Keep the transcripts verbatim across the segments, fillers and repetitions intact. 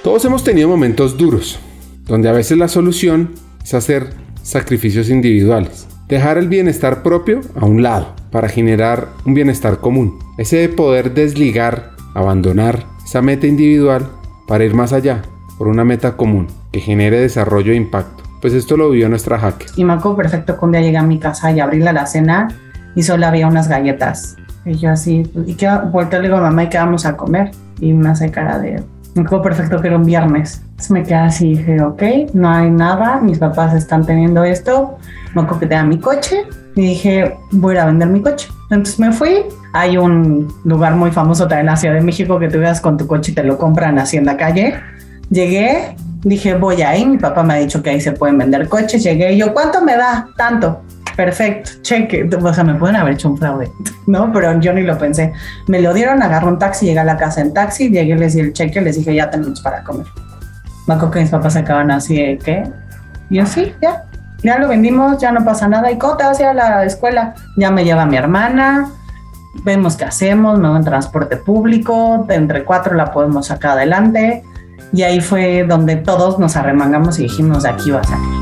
Todos hemos tenido momentos duros, donde a veces la solución es hacer sacrificios individuales, dejar el bienestar propio a un lado para generar un bienestar común. Ese de poder desligar, abandonar esa meta individual para ir más allá, por una meta común que genere desarrollo e impacto. Pues esto lo vivió nuestra hacker. Y me acuerdo perfecto que un día llegué a mi casa y abrí la alacena y solo había unas galletas. Y yo así, ¿y qué? Volteo y le digo, mamá, ¿y qué vamos a comer? Y me hace cara de... Me acuerdo perfecto que era un viernes. Entonces me quedé así y dije, ok, no hay nada, mis papás están teniendo esto. Me acuerdo que tenía mi coche y dije, voy a ir a vender mi coche. Entonces me fui. Hay un lugar muy famoso también en la Ciudad de México que tú vas con tu coche y te lo compran así en la calle. Llegué, dije, voy ahí. Mi papá me ha dicho que ahí se pueden vender coches. Llegué y yo, ¿cuánto me da? Tanto. Perfecto, cheque. O sea, me pueden haber hecho un fraude, ¿no? Pero yo ni lo pensé. Me lo dieron, agarré un taxi, llegué a la casa en taxi, llegué, les di el cheque, les dije, ya tenemos para comer. Me acuerdo que mis papás se acaban así de, ¿qué? Y yo, sí, ya. Ya lo vendimos, ya no pasa nada. ¿Y cómo te vas a ir a la escuela? Ya me lleva mi hermana, vemos qué hacemos, me voy en transporte público, de entre cuatro la podemos sacar adelante. Y ahí fue donde todos nos arremangamos y dijimos, de aquí va a salir.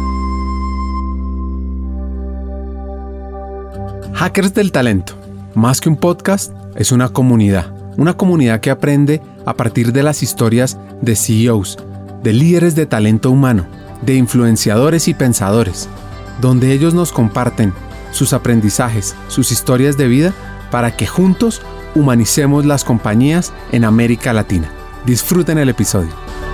Hackers del Talento, más que un podcast, es una comunidad. Una comunidad que aprende a partir de las historias de C E Os, de líderes de talento humano, de influenciadores y pensadores, donde ellos nos comparten sus aprendizajes, sus historias de vida, para que juntos humanicemos las compañías en América Latina. Disfruten el episodio.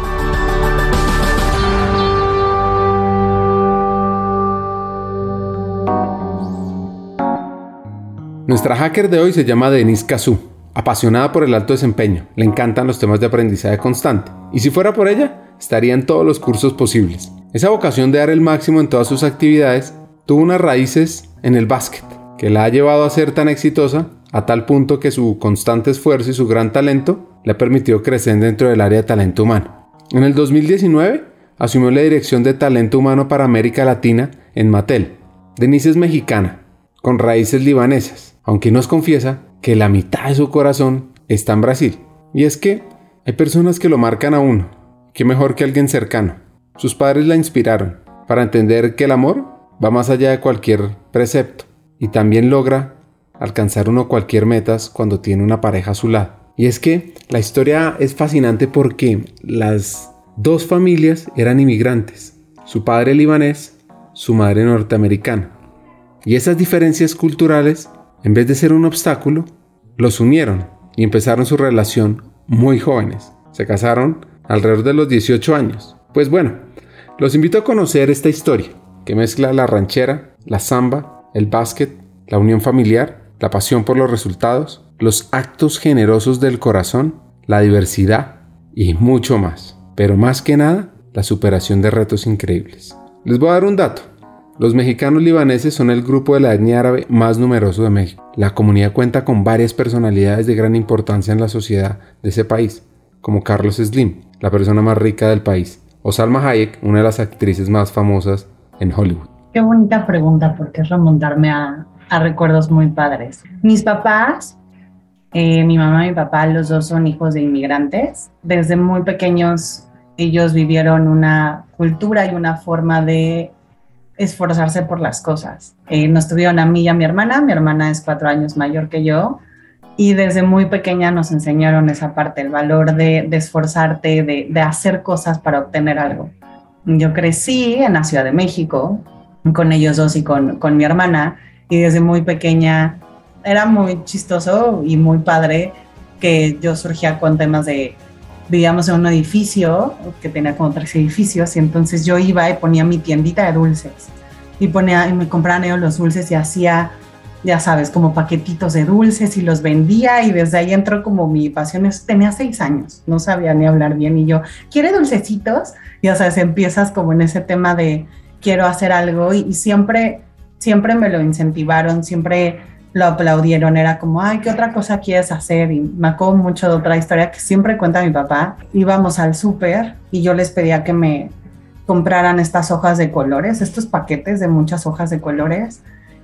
Nuestra hacker de hoy se llama Denise Cazú, apasionada por el alto desempeño, le encantan los temas de aprendizaje constante, y si fuera por ella, estaría en todos los cursos posibles. Esa vocación de dar el máximo en todas sus actividades tuvo unas raíces en el básquet, que la ha llevado a ser tan exitosa, a tal punto que su constante esfuerzo y su gran talento le ha permitido crecer dentro del área de talento humano. En el dos mil diecinueve, asumió la dirección de talento humano para América Latina en Mattel. Denise es mexicana, con raíces libanesas, aunque nos confiesa que la mitad de su corazón está en Brasil. Y es que hay personas que lo marcan a uno, que mejor que alguien cercano. Sus padres la inspiraron para entender que el amor va más allá de cualquier precepto y también logra alcanzar uno cualquier metas cuando tiene una pareja a su lado. Y es que la historia es fascinante porque las dos familias eran inmigrantes, su padre libanés, su madre norteamericana. Y esas diferencias culturales, en vez de ser un obstáculo, los unieron y empezaron su relación muy jóvenes. Se casaron alrededor de los dieciocho años. Pues bueno, los invito a conocer esta historia que mezcla la ranchera, la samba, el básquet, la unión familiar, la pasión por los resultados, los actos generosos del corazón, la diversidad y mucho más. Pero más que nada, la superación de retos increíbles. Les voy a dar un dato. Los mexicanos libaneses son el grupo de la etnia árabe más numeroso de México. La comunidad cuenta con varias personalidades de gran importancia en la sociedad de ese país, como Carlos Slim, la persona más rica del país, o Salma Hayek, una de las actrices más famosas en Hollywood. Qué bonita pregunta, porque es remontarme a, a recuerdos muy padres. Mis papás, eh, mi mamá y mi papá, los dos son hijos de inmigrantes. Desde muy pequeños ellos vivieron una cultura y una forma de esforzarse por las cosas. Eh, nos tuvieron a mí y a mi hermana. Mi hermana es cuatro años mayor que yo. Y desde muy pequeña nos enseñaron esa parte, el valor de, de esforzarte, de, de hacer cosas para obtener algo. Yo crecí en la Ciudad de México con ellos dos y con, con mi hermana, y desde muy pequeña era muy chistoso y muy padre que yo surgía con temas de, vivíamos en un edificio que tenía como tres edificios, y entonces yo iba y ponía mi tiendita de dulces y, ponía, y me compraban ellos los dulces y hacía, ya sabes, como paquetitos de dulces y los vendía, y desde ahí entró como mi pasión. Tenía seis años, no sabía ni hablar bien, y yo, ¿quiere dulcecitos? Y, o sea, empiezas como en ese tema de quiero hacer algo, y, y siempre, siempre me lo incentivaron, siempre lo aplaudieron, era como, ay, ¿qué otra cosa quieres hacer? Y me acuerdo mucho de otra historia que siempre cuenta mi papá. Íbamos al súper y yo les pedía que me compraran estas hojas de colores, estos paquetes de muchas hojas de colores,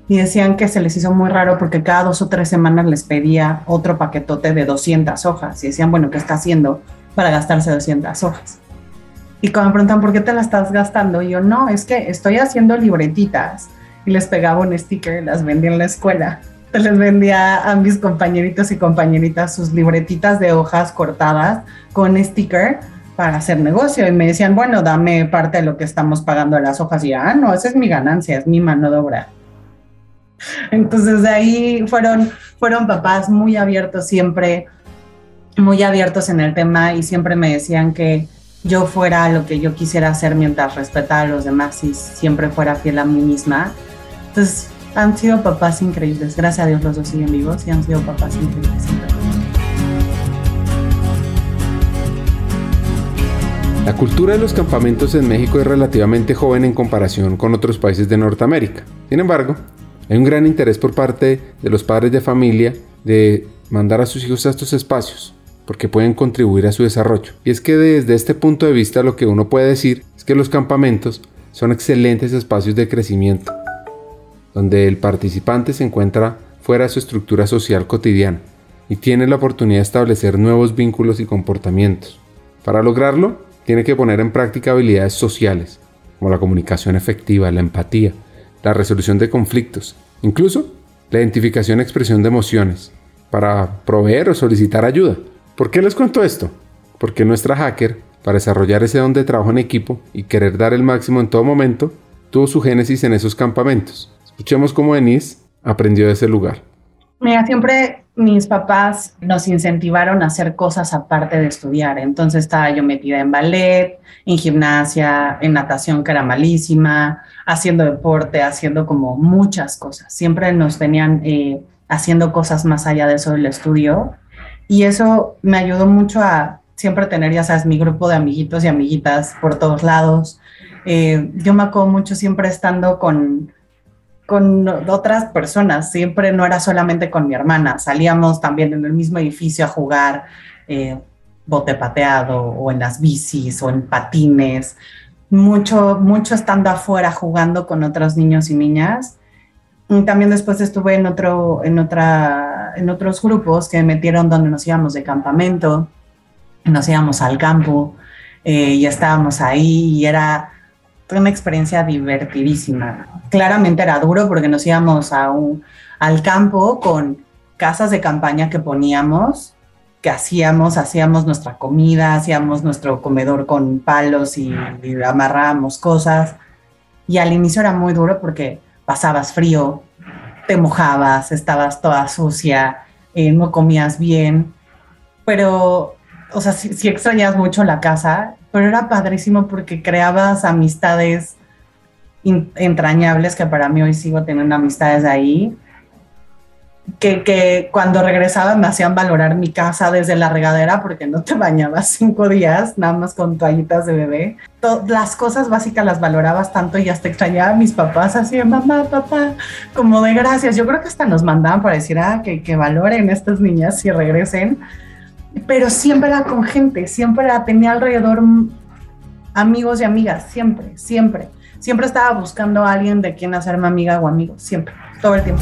y decían que se les hizo muy raro porque cada dos o tres semanas les pedía otro paquetote de doscientas hojas y decían, bueno, ¿qué está haciendo para gastarse doscientas hojas? Y cuando me preguntan, ¿por qué te la estás gastando? Y yo, no, es que estoy haciendo libretitas. Y les pegaba un sticker, las vendía en la escuela. Les vendía a mis compañeritos y compañeritas sus libretitas de hojas cortadas con sticker para hacer negocio. Y me decían, bueno, dame parte de lo que estamos pagando a las hojas. Y yo, ah, no, esa es mi ganancia, es mi mano de obra. Entonces de ahí fueron, fueron papás muy abiertos siempre, muy abiertos en el tema y siempre me decían que yo fuera lo que yo quisiera hacer mientras respetara a los demás y siempre fuera fiel a mí misma. Entonces han sido papás increíbles, gracias a Dios los dos siguen vivos y han sido papás increíbles siempre. La cultura de los campamentos en México es relativamente joven en comparación con otros países de Norteamérica. Sin embargo, hay un gran interés por parte de los padres de familia de mandar a sus hijos a estos espacios, porque pueden contribuir a su desarrollo. Y es que desde este punto de vista lo que uno puede decir es que los campamentos son excelentes espacios de crecimiento, donde el participante se encuentra fuera de su estructura social cotidiana y tiene la oportunidad de establecer nuevos vínculos y comportamientos. Para lograrlo, tiene que poner en práctica habilidades sociales, como la comunicación efectiva, la empatía, la resolución de conflictos, incluso la identificación y expresión de emociones, para proveer o solicitar ayuda. ¿Por qué les cuento esto? Porque nuestra hacker, para desarrollar ese don de trabajo en equipo y querer dar el máximo en todo momento, tuvo su génesis en esos campamentos. Escuchemos cómo Denise aprendió de ese lugar. Mira, siempre mis papás nos incentivaron a hacer cosas aparte de estudiar. Entonces estaba yo metida en ballet, en gimnasia, en natación, que era malísima, haciendo deporte, haciendo como muchas cosas. Siempre nos tenían eh, haciendo cosas más allá de eso del estudio. Y eso me ayudó mucho a siempre tener, ya sabes, mi grupo de amiguitos y amiguitas por todos lados. Eh, yo me acuerdo mucho siempre estando con, con otras personas, siempre no era solamente con mi hermana, salíamos también en el mismo edificio a jugar eh, bote pateado o en las bicis o en patines, mucho, mucho estando afuera jugando con otros niños y niñas. Y también después estuve en, otro, en, otra, en otros grupos que me metieron donde nos íbamos de campamento, nos íbamos al campo eh, y estábamos ahí y era una experiencia divertidísima. Claramente era duro porque nos íbamos a un, al campo con casas de campaña que poníamos, que hacíamos, hacíamos nuestra comida, hacíamos nuestro comedor con palos y, y amarrábamos cosas. Y al inicio era muy duro porque pasabas frío, te mojabas, estabas toda sucia, eh, no comías bien, pero, o sea, sí, sí extrañas mucho la casa, pero era padrísimo porque creabas amistades in, entrañables, que para mí hoy sigo teniendo amistades de ahí, que, que cuando regresaba me hacían valorar mi casa desde la regadera porque no te bañabas cinco días, nada más con toallitas de bebé. Todas las cosas básicas las valorabas tanto y hasta extrañaba a mis papás así de mamá, papá, como de gracias. Yo creo que hasta nos mandaban para decir ah, que, que valoren estas niñas y regresen, pero siempre era con gente, siempre era, tenía alrededor amigos y amigas, siempre, siempre. Siempre estaba buscando a alguien de quien hacerme amiga o amigo, siempre, todo el tiempo.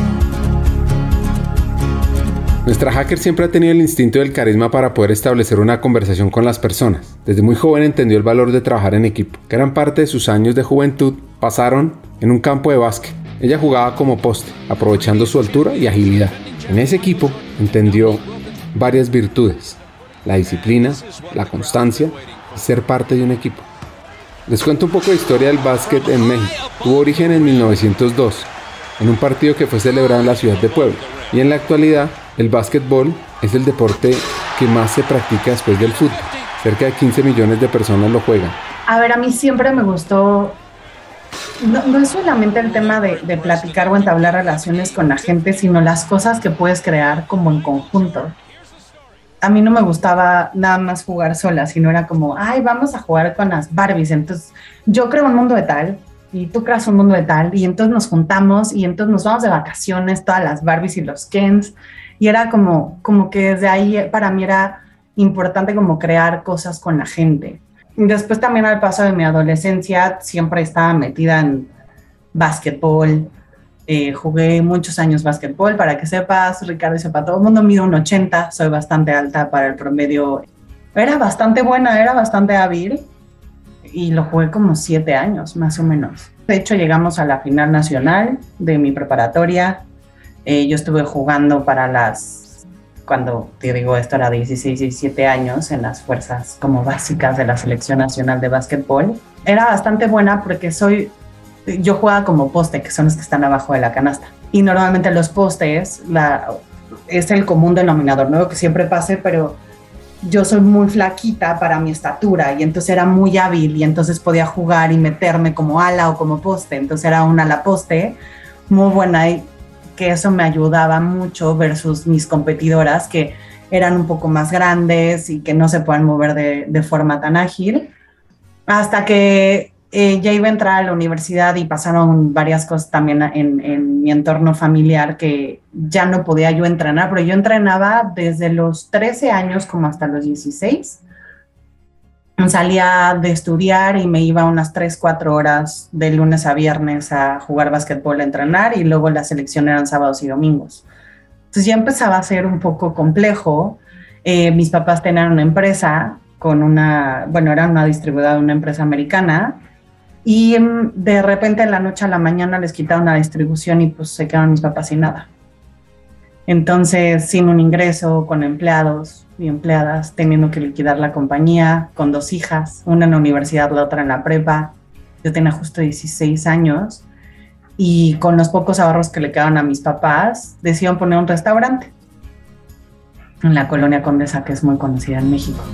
Nuestra hacker siempre ha tenido el instinto y el carisma para poder establecer una conversación con las personas. Desde muy joven entendió el valor de trabajar en equipo. Gran parte de sus años de juventud pasaron en un campo de básquet. Ella jugaba como poste, aprovechando su altura y agilidad. En ese equipo entendió varias virtudes: la disciplina, la constancia y ser parte de un equipo. Les cuento un poco de historia del básquet en México. Tuvo origen en mil novecientos dos, en un partido que fue celebrado en la ciudad de Puebla. Y en la actualidad, el básquetbol es el deporte que más se practica después del fútbol. Cerca de quince millones de personas lo juegan. A ver, a mí siempre me gustó, no, no es solamente el tema de, de platicar o entablar relaciones con la gente, sino las cosas que puedes crear como en conjunto. A mí no me gustaba nada más jugar sola, sino era como, ay, vamos a jugar con las Barbies. Entonces, yo creo un mundo de tal, y tú creas un mundo de tal, y entonces nos juntamos, y entonces nos vamos de vacaciones, todas las Barbies y los Kens, y era como, como que desde ahí para mí era importante como crear cosas con la gente. Y después también al paso de mi adolescencia siempre estaba metida en básquetbol, Eh, jugué muchos años básquetbol, para que sepas, Ricardo, y sepa todo el mundo, mido un ochenta, soy bastante alta para el promedio. Era bastante buena, era bastante hábil y lo jugué como siete años, más o menos. De hecho, llegamos a la final nacional de mi preparatoria. Eh, yo estuve jugando para las, cuando te digo esto era dieciséis, diecisiete años, en las fuerzas como básicas de la Selección Nacional de Básquetbol. Era bastante buena porque soy, yo jugaba como poste, que son los que están abajo de la canasta. Y normalmente los postes la, es el común denominador, no lo que siempre pase, pero yo soy muy flaquita para mi estatura y entonces era muy hábil y entonces podía jugar y meterme como ala o como poste. Entonces era un ala poste muy buena y que eso me ayudaba mucho versus mis competidoras que eran un poco más grandes y que no se pueden mover de, de forma tan ágil. Hasta que eh, ya iba a entrar a la universidad y pasaron varias cosas también en, en mi entorno familiar que ya no podía yo entrenar, pero yo entrenaba desde los trece años como hasta los dieciséis. Salía de estudiar y me iba unas tres, cuatro horas de lunes a viernes a jugar básquetbol, a entrenar, y luego la selección eran sábados y domingos. Entonces ya empezaba a ser un poco complejo. Eh, mis papás tenían una empresa con una, bueno, era una distribuidora de una empresa americana, y de repente de la noche a la mañana les quitaron la distribución y pues se quedaron mis papás sin nada. Entonces, sin un ingreso, con empleados y empleadas, teniendo que liquidar la compañía, con dos hijas, una en la universidad, la otra en la prepa. Yo tenía justo dieciséis años y con los pocos ahorros que le quedaban a mis papás, decidieron poner un restaurante en la colonia Condesa, que es muy conocida en México.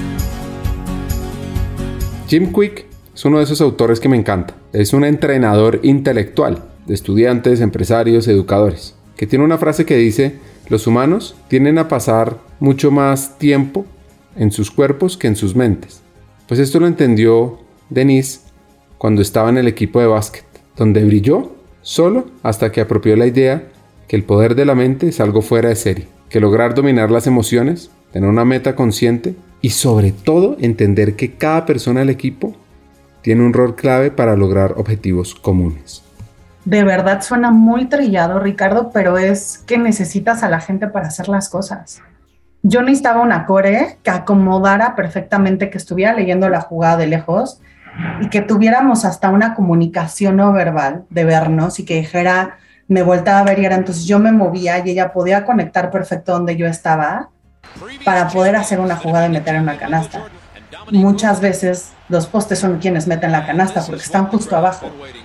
Jim Kwik es uno de esos autores que me encanta. Es un entrenador intelectual de estudiantes, empresarios, educadores, que tiene una frase que dice: los humanos tienden a pasar mucho más tiempo en sus cuerpos que en sus mentes. Pues esto lo entendió Denise cuando estaba en el equipo de básquet, donde brilló solo hasta que apropió la idea que el poder de la mente es algo fuera de serie, que lograr dominar las emociones, tener una meta consciente y sobre todo entender que cada persona del equipo tiene un rol clave para lograr objetivos comunes. De verdad suena muy trillado, Ricardo, pero es que necesitas a la gente para hacer las cosas. Yo necesitaba una core que acomodara perfectamente, que estuviera leyendo la jugada de lejos y que tuviéramos hasta una comunicación no verbal de vernos y que dijera, me volteaba a ver y era, entonces yo me movía y ella podía conectar perfecto donde yo estaba para poder hacer una jugada y meter en una canasta. Muchas veces los postes son quienes meten la canasta porque están justo abajo.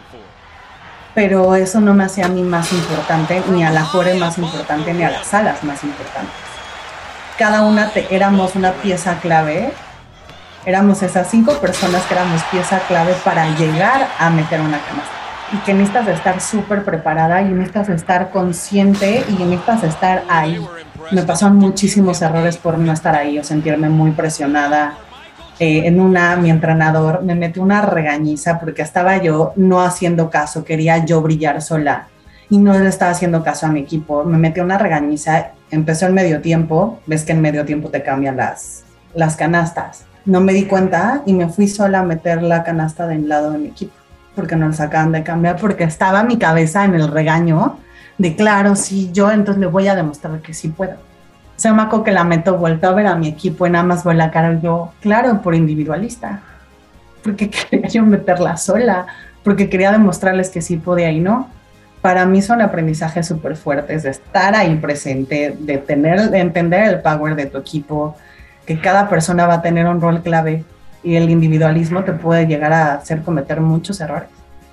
Pero eso no me hacía a mí más importante, ni a la core más importante, ni a las alas más importantes. Cada una te, éramos una pieza clave, éramos esas cinco personas que éramos pieza clave para llegar a meter una canasta. Y que necesitas de estar súper preparada y necesitas de estar consciente y necesitas de estar ahí. Me pasaron muchísimos errores por no estar ahí o sentirme muy presionada. Eh, en una, mi entrenador me metió una regañiza porque estaba yo no haciendo caso, quería yo brillar sola y no le estaba haciendo caso a mi equipo. Me metió una regañiza, empezó el medio tiempo, ves que en medio tiempo te cambian las, las canastas. No me di cuenta y me fui sola a meter la canasta del lado de mi equipo porque no lo sacaban de cambiar, porque estaba mi cabeza en el regaño de claro, sí, yo entonces le voy a demostrar que sí puedo. Se me acuerdo que la meto, vuelto a ver a mi equipo y nada más voy la cara yo, claro, por individualista, porque quería yo meterla sola, porque quería demostrarles que sí podía y no. Para mí son aprendizajes súper fuertes de estar ahí presente, de, tener, de entender el power de tu equipo, que cada persona va a tener un rol clave y el individualismo te puede llegar a hacer cometer muchos errores.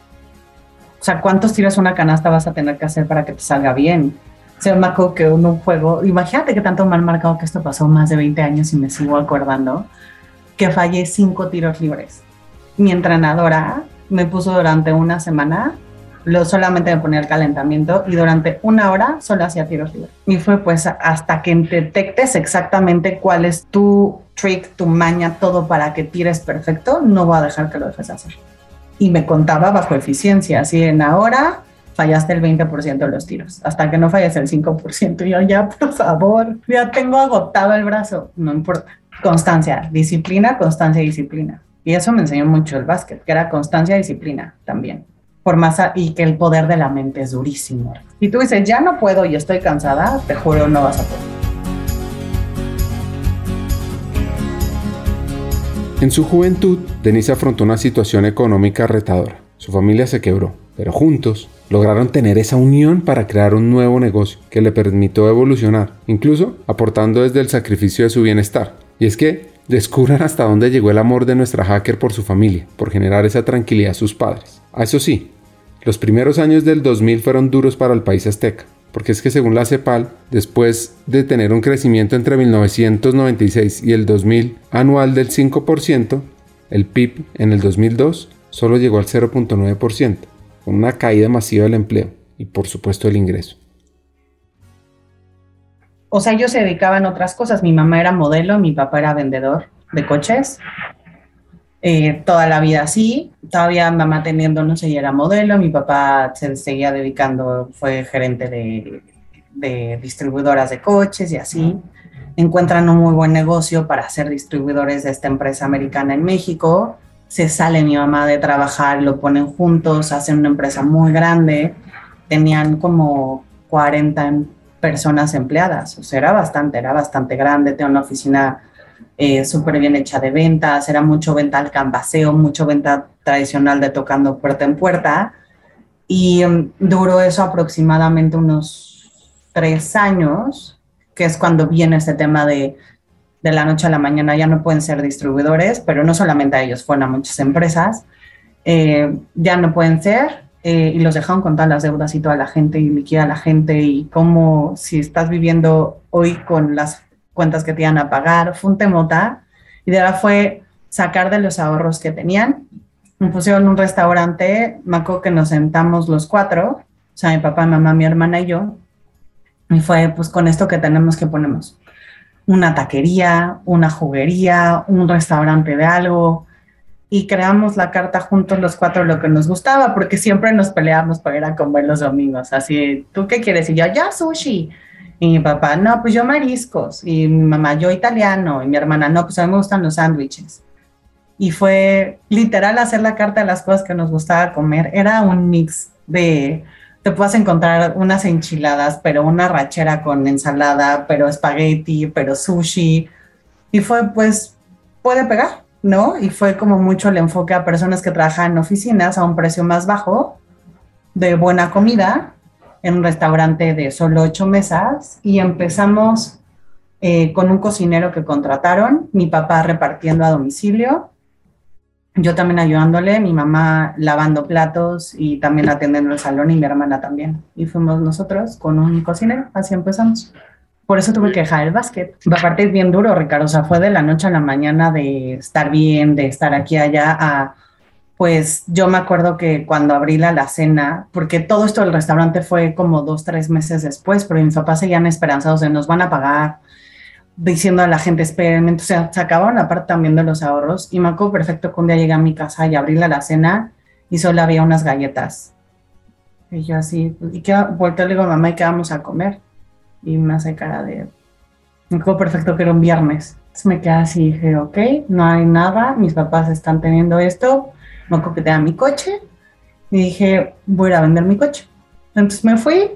O sea, ¿cuántos tiros una canasta vas a tener que hacer para que te salga bien? Se me acuerdo que en un juego, imagínate que tanto mal marcado que esto pasó más de veinte años y me sigo acordando, que fallé cinco tiros libres. Mi entrenadora me puso durante una semana, lo, solamente me ponía el calentamiento y durante una hora solo hacía tiros libres. Y fue pues hasta que detectes exactamente cuál es tu trick, tu maña, todo para que tires perfecto, no voy a dejar que lo dejes hacer. Y me contaba bajo eficiencia, así en ahora fallaste el veinte por ciento de los tiros, hasta que no falles el cinco por ciento. Y yo, ya, por favor, ya tengo agotado el brazo. No importa. Constancia, disciplina, constancia y disciplina. Y eso me enseñó mucho el básquet, que era constancia y disciplina también. por más a, y que el poder de la mente es durísimo. Si tú dices, ya no puedo y estoy cansada, te juro, no vas a poder. En su juventud, Denise afrontó una situación económica retadora. Su familia se quebró, pero juntos lograron tener esa unión para crear un nuevo negocio que le permitió evolucionar, incluso aportando desde el sacrificio de su bienestar. Y es que descubran hasta dónde llegó el amor de nuestra hacker por su familia, por generar esa tranquilidad a sus padres. A eso sí, los primeros años del dos mil fueron duros para el país azteca, porque es que según la CEPAL, después de tener un crecimiento entre mil novecientos noventa y seis y el dos mil anual del cinco por ciento, el P I B en el dos mil dos solo llegó al cero punto nueve por ciento, con una caída masiva del empleo y por supuesto el ingreso. O sea, ellos se dedicaban a otras cosas. Mi mamá era modelo, mi papá era vendedor de coches. Eh, toda la vida así. Todavía mamá teniendo, no sé, ella era modelo. Mi papá se seguía dedicando, fue gerente de, de distribuidoras de coches y así. Encuentran un muy buen negocio para ser distribuidores de esta empresa americana en México. Se sale mi mamá de trabajar, lo ponen juntos, hacen una empresa muy grande. Tenían como cuarenta personas empleadas, o sea, era bastante, era bastante grande. Tenía una oficina eh, súper bien hecha de ventas, era mucho venta al canvaseo, mucho venta tradicional de tocando puerta en puerta, y um, duró eso aproximadamente unos tres años, que es cuando viene este tema de de la noche a la mañana ya no pueden ser distribuidores, pero no solamente a ellos, fueron a muchas empresas, eh, ya no pueden ser, eh, y los dejaron con todas las deudas y toda la gente, y liquida a la gente, y cómo si estás viviendo hoy con las cuentas que te iban a pagar, fue un temota, y de ahora fue sacar de los ahorros que tenían. Me pusieron un restaurante, me acuerdo que nos sentamos los cuatro, o sea, mi papá, mi mamá, mi hermana y yo, y fue, pues con esto que tenemos, que ponemos una taquería, una juguería, un restaurante de algo, y creamos la carta juntos los cuatro lo que nos gustaba, porque siempre nos peleábamos para ir a comer los domingos, así, ¿tú qué quieres? Y yo, ya sushi, y mi papá, no, pues yo mariscos, y mi mamá, yo italiano, y mi hermana, no, pues a mí me gustan los sándwiches. Y fue literal hacer la carta de las cosas que nos gustaba comer, era un mix de... Te puedes encontrar unas enchiladas, pero una rachera con ensalada, pero espagueti, pero sushi. Y fue, pues, puede pegar, ¿no? Y fue como mucho el enfoque a personas que trabajan en oficinas a un precio más bajo, de buena comida, en un restaurante de solo ocho mesas. Y empezamos eh, con un cocinero que contrataron, mi papá repartiendo a domicilio, yo también ayudándole, mi mamá lavando platos y también atendiendo el salón, y mi hermana también. Y fuimos nosotros con un cocinero, así empezamos. Por eso tuve que dejar el básquet. Aparte es bien duro, Ricardo, o sea, fue de la noche a la mañana de estar bien, de estar aquí allá, a, pues yo me acuerdo que cuando abrí la alacena, porque todo esto del restaurante fue como dos, tres meses después, pero mis papás seguían esperanzados de nos van a pagar, diciendo a la gente, esperen, entonces se acabaron la parte también de los ahorros, y me acuerdo perfecto que un día llegué a mi casa y abrí la alacena y solo había unas galletas. Y yo así, ¿y qué? Volteo y le digo, mamá, ¿y qué vamos a comer? Y me hace cara de... Me acuerdo perfecto que era un viernes. Entonces me quedé así y dije, ok, no hay nada, mis papás están teniendo esto, me acuerdo que tenía mi coche, y dije, voy a ir a vender mi coche. Entonces me fui.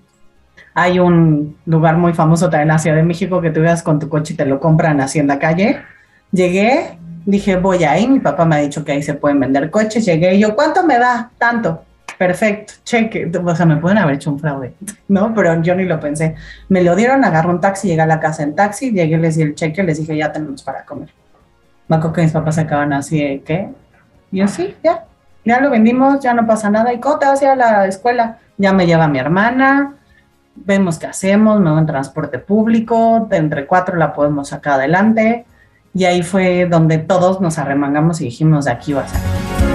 Hay un lugar muy famoso también en la Ciudad de México que tú vas con tu coche y te lo compran así en la calle. Llegué, dije, voy ahí. Mi papá me ha dicho que ahí se pueden vender coches. Llegué y yo, ¿cuánto me da? Tanto. Perfecto, cheque. O sea, me pueden haber hecho un fraude, ¿no? Pero yo ni lo pensé. Me lo dieron, agarré un taxi, llegué a la casa en taxi, llegué, les di el cheque, les dije, ya tenemos para comer. Me acuerdo que mis papás acaban así de, ¿qué? Y yo, sí, ya. Ya lo vendimos, ya no pasa nada. ¿Y cómo te vas a ir a la escuela? Ya me lleva mi hermana. Vemos qué hacemos, me voy en transporte público, de entre cuatro la podemos sacar adelante, y ahí fue donde todos nos arremangamos y dijimos, de aquí va a ser.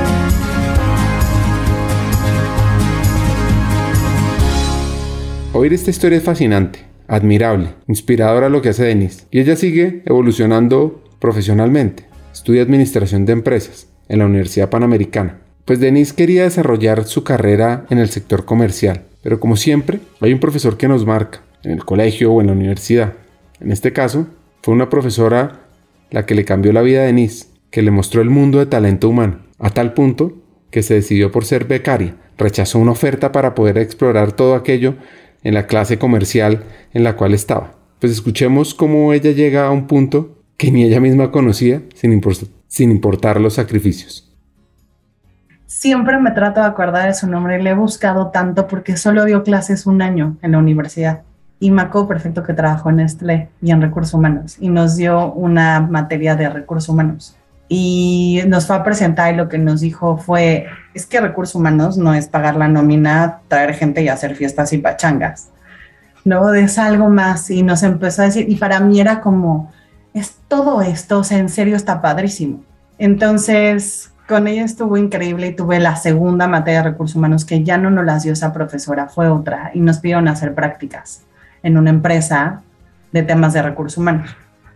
Oír esta historia es fascinante, admirable, inspiradora lo que hace Denise, y ella sigue evolucionando profesionalmente. Estudia Administración de Empresas en la Universidad Panamericana. Pues Denise quería desarrollar su carrera en el sector comercial, pero como siempre, hay un profesor que nos marca, en el colegio o en la universidad. En este caso, fue una profesora la que le cambió la vida a Denise, que le mostró el mundo de talento humano, a tal punto que se decidió por ser becaria. Rechazó una oferta para poder explorar todo aquello en la clase comercial en la cual estaba. Pues escuchemos cómo ella llega a un punto que ni ella misma conocía, sin, import- sin importar los sacrificios. Siempre me trato de acordar de su nombre, le he buscado tanto porque solo dio clases un año en la universidad. Y me acuerdo perfecto que trabajó en Nestlé y en recursos humanos y nos dio una materia de recursos humanos. Y nos fue a presentar y lo que nos dijo fue, es que recursos humanos no es pagar la nómina, traer gente y hacer fiestas y pachangas, ¿no? Es algo más. Y nos empezó a decir, y para mí era como, es todo esto, o sea, en serio está padrísimo. Entonces, con ella estuvo increíble y tuve la segunda materia de recursos humanos que ya no nos las dio esa profesora, fue otra, y nos pidieron hacer prácticas en una empresa de temas de recursos humanos.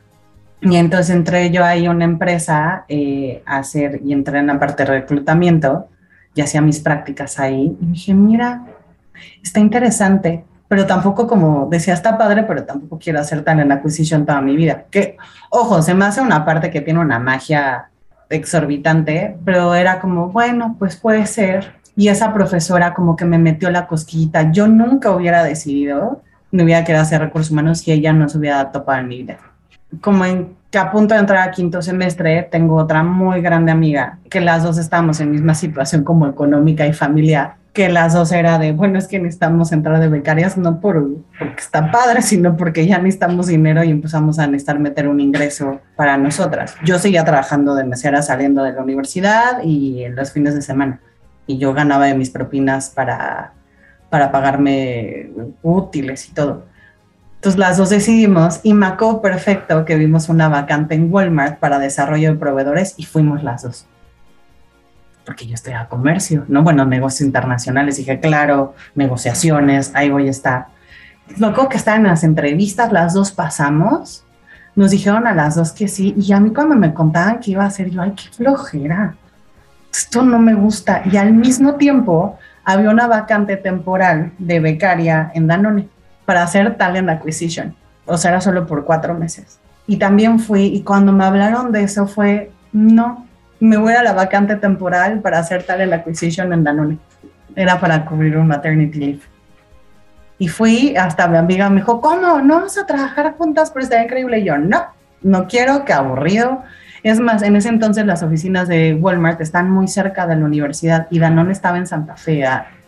Y entonces entré yo ahí a una empresa eh, a hacer, y entré en la parte de reclutamiento y hacía mis prácticas ahí. Y dije, mira, está interesante, pero tampoco, como decía, está padre, pero tampoco quiero hacer talent acquisition toda mi vida. Que, ojo, se me hace una parte que tiene una magia exorbitante, pero era como, bueno, pues puede ser. Y esa profesora como que me metió la cosquillita. Yo nunca hubiera decidido, no hubiera querido hacer recursos humanos si ella no se hubiera topado en mi vida. Como en que a punto de entrar a quinto semestre, tengo otra muy grande amiga, que las dos estamos en misma situación como económica y familiar, que las dos era de, bueno, es que necesitamos entrar de becarias, no por, porque está padre, sino porque ya necesitamos dinero y empezamos a necesitar meter un ingreso para nosotras. Yo seguía trabajando de mesera saliendo de la universidad y en los fines de semana, y yo ganaba de mis propinas para, para pagarme útiles y todo. Entonces las dos decidimos, y me acuerdo perfecto que vimos una vacante en Walmart para desarrollo de proveedores y fuimos las dos. Porque yo estoy a comercio, ¿no? Bueno, negocios internacionales. Dije, claro, negociaciones, ahí voy a estar. Me acuerdo que estaban en las entrevistas, las dos pasamos, nos dijeron a las dos que sí, y a mí cuando me contaban que iba a hacer, yo, ay, qué flojera, esto no me gusta. Y al mismo tiempo había una vacante temporal de becaria en Danone para hacer talent acquisition, o sea, era solo por cuatro meses. Y también fui, y cuando me hablaron de eso fue, no, me voy a la vacante temporal para hacer talent acquisition en Danone. Era para cubrir un maternity leave. Y fui, hasta mi amiga me dijo, ¿cómo? ¿No vamos a trabajar juntas? Pero está increíble. Y yo, no, no quiero, qué aburrido. Es más, en ese entonces las oficinas de Walmart están muy cerca de la universidad y Danone estaba en Santa Fe,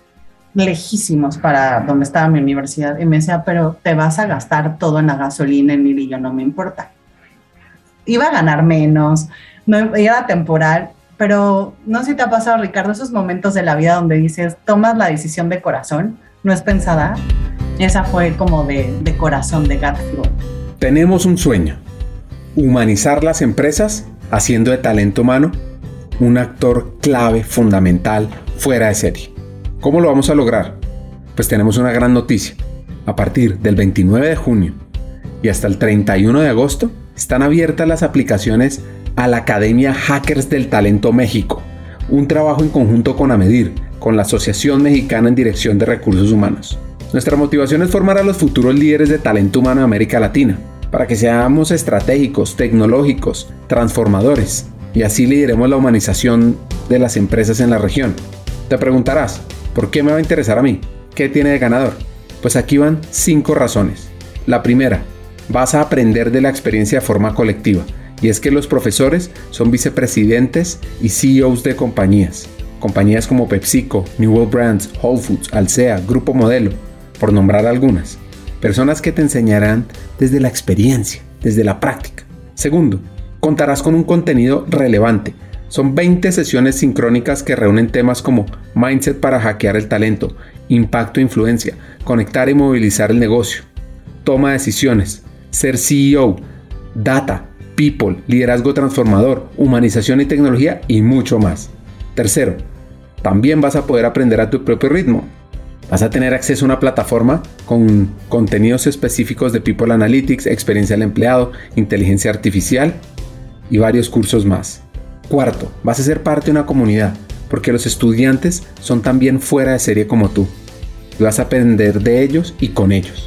lejísimos para donde estaba mi universidad, y me decía, pero te vas a gastar todo en la gasolina, en ir, y yo, no me importa. Iba a ganar menos, no, era temporal, pero no sé si te ha pasado, Ricardo, esos momentos de la vida donde dices, tomas la decisión de corazón, no es pensada. Esa fue como de, de corazón, de gut feel. Tenemos un sueño: humanizar las empresas haciendo de talento humano un actor clave, fundamental, fuera de serie. ¿Cómo lo vamos a lograr? Pues tenemos una gran noticia. A partir del veintinueve de junio y hasta el treinta y uno de agosto están abiertas las aplicaciones a la Academia Hackers del Talento México, un trabajo en conjunto con AMEDIR, con la Asociación Mexicana en Dirección de Recursos Humanos. Nuestra motivación es formar a los futuros líderes de talento humano de América Latina, para que seamos estratégicos, tecnológicos, transformadores, y así lideremos la humanización de las empresas en la región. Te preguntarás, ¿por qué me va a interesar a mí? ¿Qué tiene de ganador? Pues aquí van cinco razones. La primera, vas a aprender de la experiencia de forma colectiva, y es que los profesores son vicepresidentes y C E Os de compañías. Compañías como PepsiCo, New World Brands, Whole Foods, Alsea, Grupo Modelo, por nombrar algunas. Personas que te enseñarán desde la experiencia, desde la práctica. Segundo, contarás con un contenido relevante. Son veinte sesiones sincrónicas que reúnen temas como mindset para hackear el talento, impacto e influencia, conectar y movilizar el negocio, toma de decisiones, ser C E O, data, people, liderazgo transformador, humanización y tecnología y mucho más. Tercero, también vas a poder aprender a tu propio ritmo. Vas a tener acceso a una plataforma con contenidos específicos de People Analytics, experiencia del empleado, inteligencia artificial y varios cursos más. Cuarto, vas a ser parte de una comunidad, porque los estudiantes son también fuera de serie como tú. Y vas a aprender de ellos y con ellos.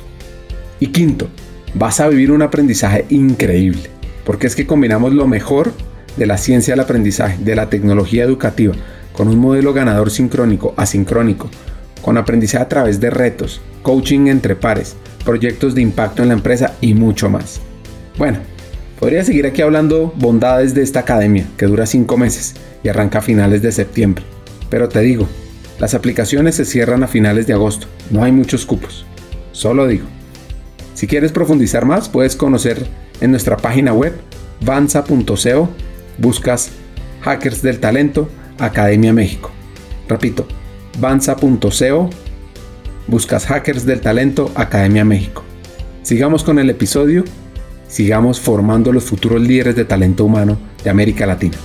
Y quinto, vas a vivir un aprendizaje increíble, porque es que combinamos lo mejor de la ciencia del aprendizaje, de la tecnología educativa, con un modelo ganador sincrónico, asincrónico, con aprendizaje a través de retos, coaching entre pares, proyectos de impacto en la empresa y mucho más. Bueno, podría seguir aquí hablando bondades de esta academia, que dura cinco meses y arranca a finales de septiembre. Pero te digo, las aplicaciones se cierran a finales de agosto, no hay muchos cupos. Solo digo. Si quieres profundizar más, puedes conocer en nuestra página web vanza punto co, buscas Hackers del Talento, Academia México. Repito, vanza punto co, buscas Hackers del Talento, Academia México. Sigamos con el episodio, sigamos formando los futuros líderes de talento humano de América Latina.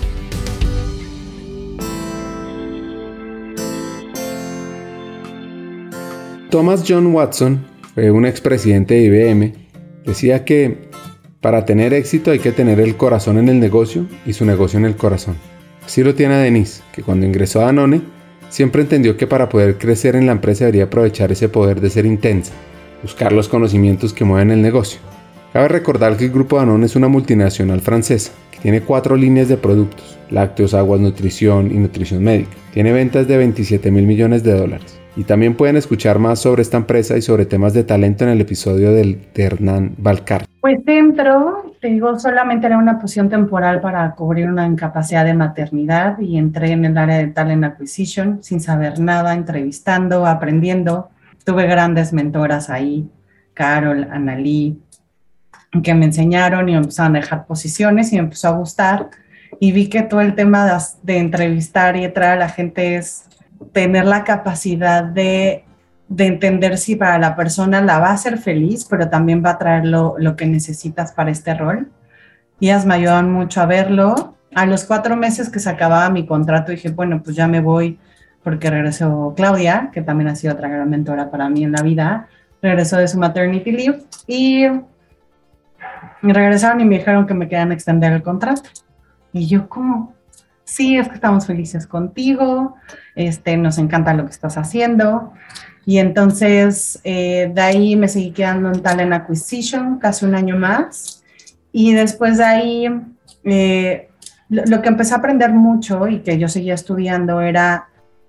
Thomas John Watson, un expresidente de I B M, decía que para tener éxito hay que tener el corazón en el negocio y su negocio en el corazón. Así lo tiene Denise, que cuando ingresó a Danone, siempre entendió que para poder crecer en la empresa debería aprovechar ese poder de ser intensa, buscar los conocimientos que mueven el negocio. Cabe recordar que el Grupo Danone es una multinacional francesa que tiene cuatro líneas de productos: lácteos, aguas, nutrición y nutrición médica. Tiene ventas de veintisiete mil millones de dólares. Y también pueden escuchar más sobre esta empresa y sobre temas de talento en el episodio del, de Hernán Valcar. Pues dentro, te digo, solamente era una posición temporal para cubrir una incapacidad de maternidad y entré en el área de Talent Acquisition sin saber nada, entrevistando, aprendiendo. Tuve grandes mentoras ahí, Carol, Analí, que me enseñaron y me empezaron a dejar posiciones y me empezó a gustar. Y vi que todo el tema de, de entrevistar y traer a la gente es tener la capacidad de, de entender si para la persona la va a hacer feliz, pero también va a traer lo, lo que necesitas para este rol. Y ellas me ayudan mucho a verlo. A los cuatro meses que se acababa mi contrato, dije, bueno, pues ya me voy, porque regresó Claudia, que también ha sido otra gran mentora para mí en la vida. Regresó de su maternity leave y regresaron y me dijeron que me querían extender el contrato. Y yo, ¿cómo? Sí, es que estamos felices contigo, este, nos encanta lo que estás haciendo. Y entonces, eh, de ahí me seguí quedando en Talent Acquisition casi un año más. Y después de ahí, eh, lo, lo que empecé a aprender mucho y que yo seguía estudiando era,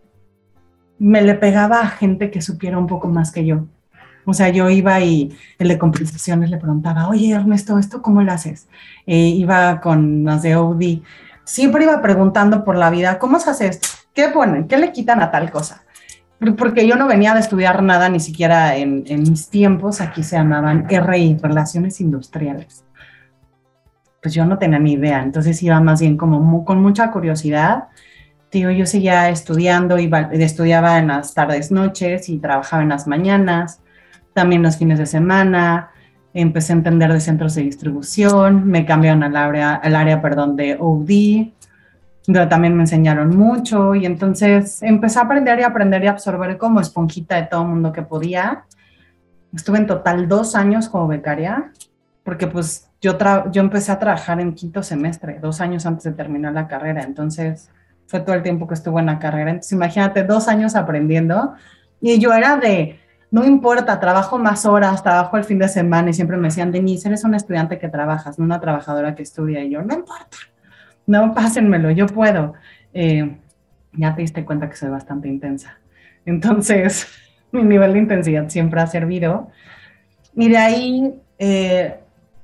me le pegaba a gente que supiera un poco más que yo. O sea, yo iba y el de compensaciones le preguntaba, oye, Ernesto, ¿esto cómo lo haces? Eh, iba con las de O D. Siempre iba preguntando por la vida, ¿cómo se hace esto? ¿Qué ponen? ¿Qué le quitan a tal cosa? Porque yo no venía de estudiar nada, ni siquiera en, en mis tiempos, aquí se llamaban R I, Relaciones Industriales. Pues yo no tenía ni idea, entonces iba más bien como muy, con mucha curiosidad. Digo, yo seguía estudiando, iba, estudiaba en las tardes, noches y trabajaba en las mañanas, también los fines de semana. Empecé a entender de centros de distribución, me cambiaron al área, al área perdón, de O D, pero también me enseñaron mucho y entonces empecé a aprender y aprender y absorber como esponjita de todo el mundo que podía. Estuve en total dos años como becaria, porque pues yo, tra- yo empecé a trabajar en quinto semestre, dos años antes de terminar la carrera, entonces fue todo el tiempo que estuve en la carrera. Entonces imagínate, dos años aprendiendo y yo era de... No importa, trabajo más horas, trabajo el fin de semana y siempre me decían, Denise, eres una estudiante que trabajas, no una trabajadora que estudia. Y yo, no importa, no, pásenmelo, yo puedo. Eh, ya te diste cuenta que soy bastante intensa. Entonces, mi nivel de intensidad siempre ha servido. Y de ahí, eh,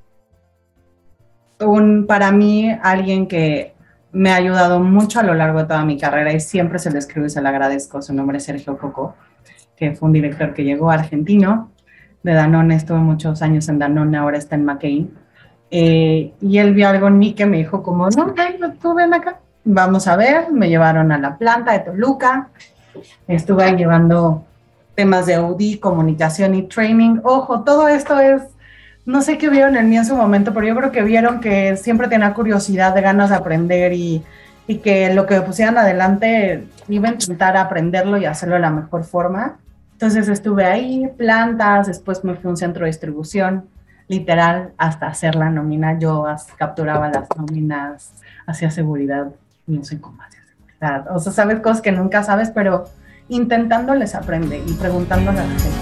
un, para mí, alguien que me ha ayudado mucho a lo largo de toda mi carrera y siempre se lo escribo y se lo agradezco, su nombre es Sergio Coco, que fue un director que llegó argentino de Danone, estuvo muchos años en Danone, ahora está en McCain, eh, y él vio algo en mí que me dijo como, no, tú ven acá, vamos a ver, me llevaron a la planta de Toluca, estuve ahí llevando temas de O D, comunicación y training. Ojo, todo esto es, no sé qué vieron en mí en su momento, pero yo creo que vieron que siempre tenía curiosidad, de ganas de aprender y y que lo que me pusieran adelante iba a intentar aprenderlo y hacerlo de la mejor forma. Entonces estuve ahí, plantas, después me fui a un centro de distribución, literal, hasta hacer la nómina. Yo capturaba las nóminas, hacía seguridad, no sé cómo hacía seguridad. O sea, sabes cosas que nunca sabes, pero intentando les aprende y preguntándole a la gente.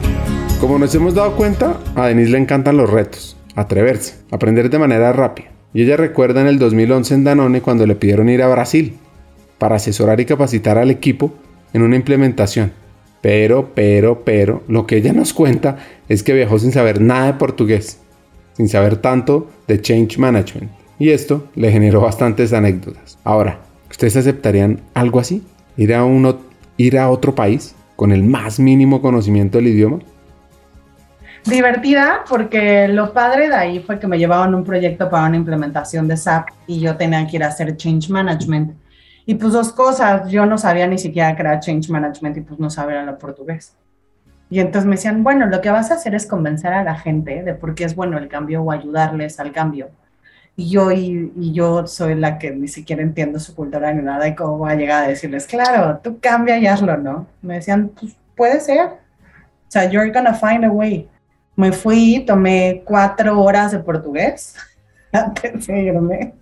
Como nos hemos dado cuenta, a Denise le encantan los retos, atreverse, aprender de manera rápida. Y ella recuerda en el dos mil once en Danone cuando le pidieron ir a Brasil para asesorar y capacitar al equipo en una implementación. Pero, pero, pero, lo que ella nos cuenta es que viajó sin saber nada de portugués, sin saber tanto de change management. Y esto le generó bastantes anécdotas. Ahora, ¿ustedes aceptarían algo así? ¿Ir a, uno, ir a otro país con el más mínimo conocimiento del idioma? Divertida, porque lo padre de ahí fue que me llevaban un proyecto para una implementación de S A P y yo tenía que ir a hacer change management. Y pues dos cosas, yo no sabía ni siquiera que era change management y pues no sabía lo portugués. Y entonces me decían, bueno, lo que vas a hacer es convencer a la gente de por qué es bueno el cambio o ayudarles al cambio. Y yo, y, y yo soy la que ni siquiera entiendo su cultura ni nada, y cómo voy a llegar a decirles, claro, tú cambia y hazlo, ¿no? Me decían, pues puede ser. O sea, you're gonna find a way. Me fui, tomé cuatro horas de portugués antes de irme.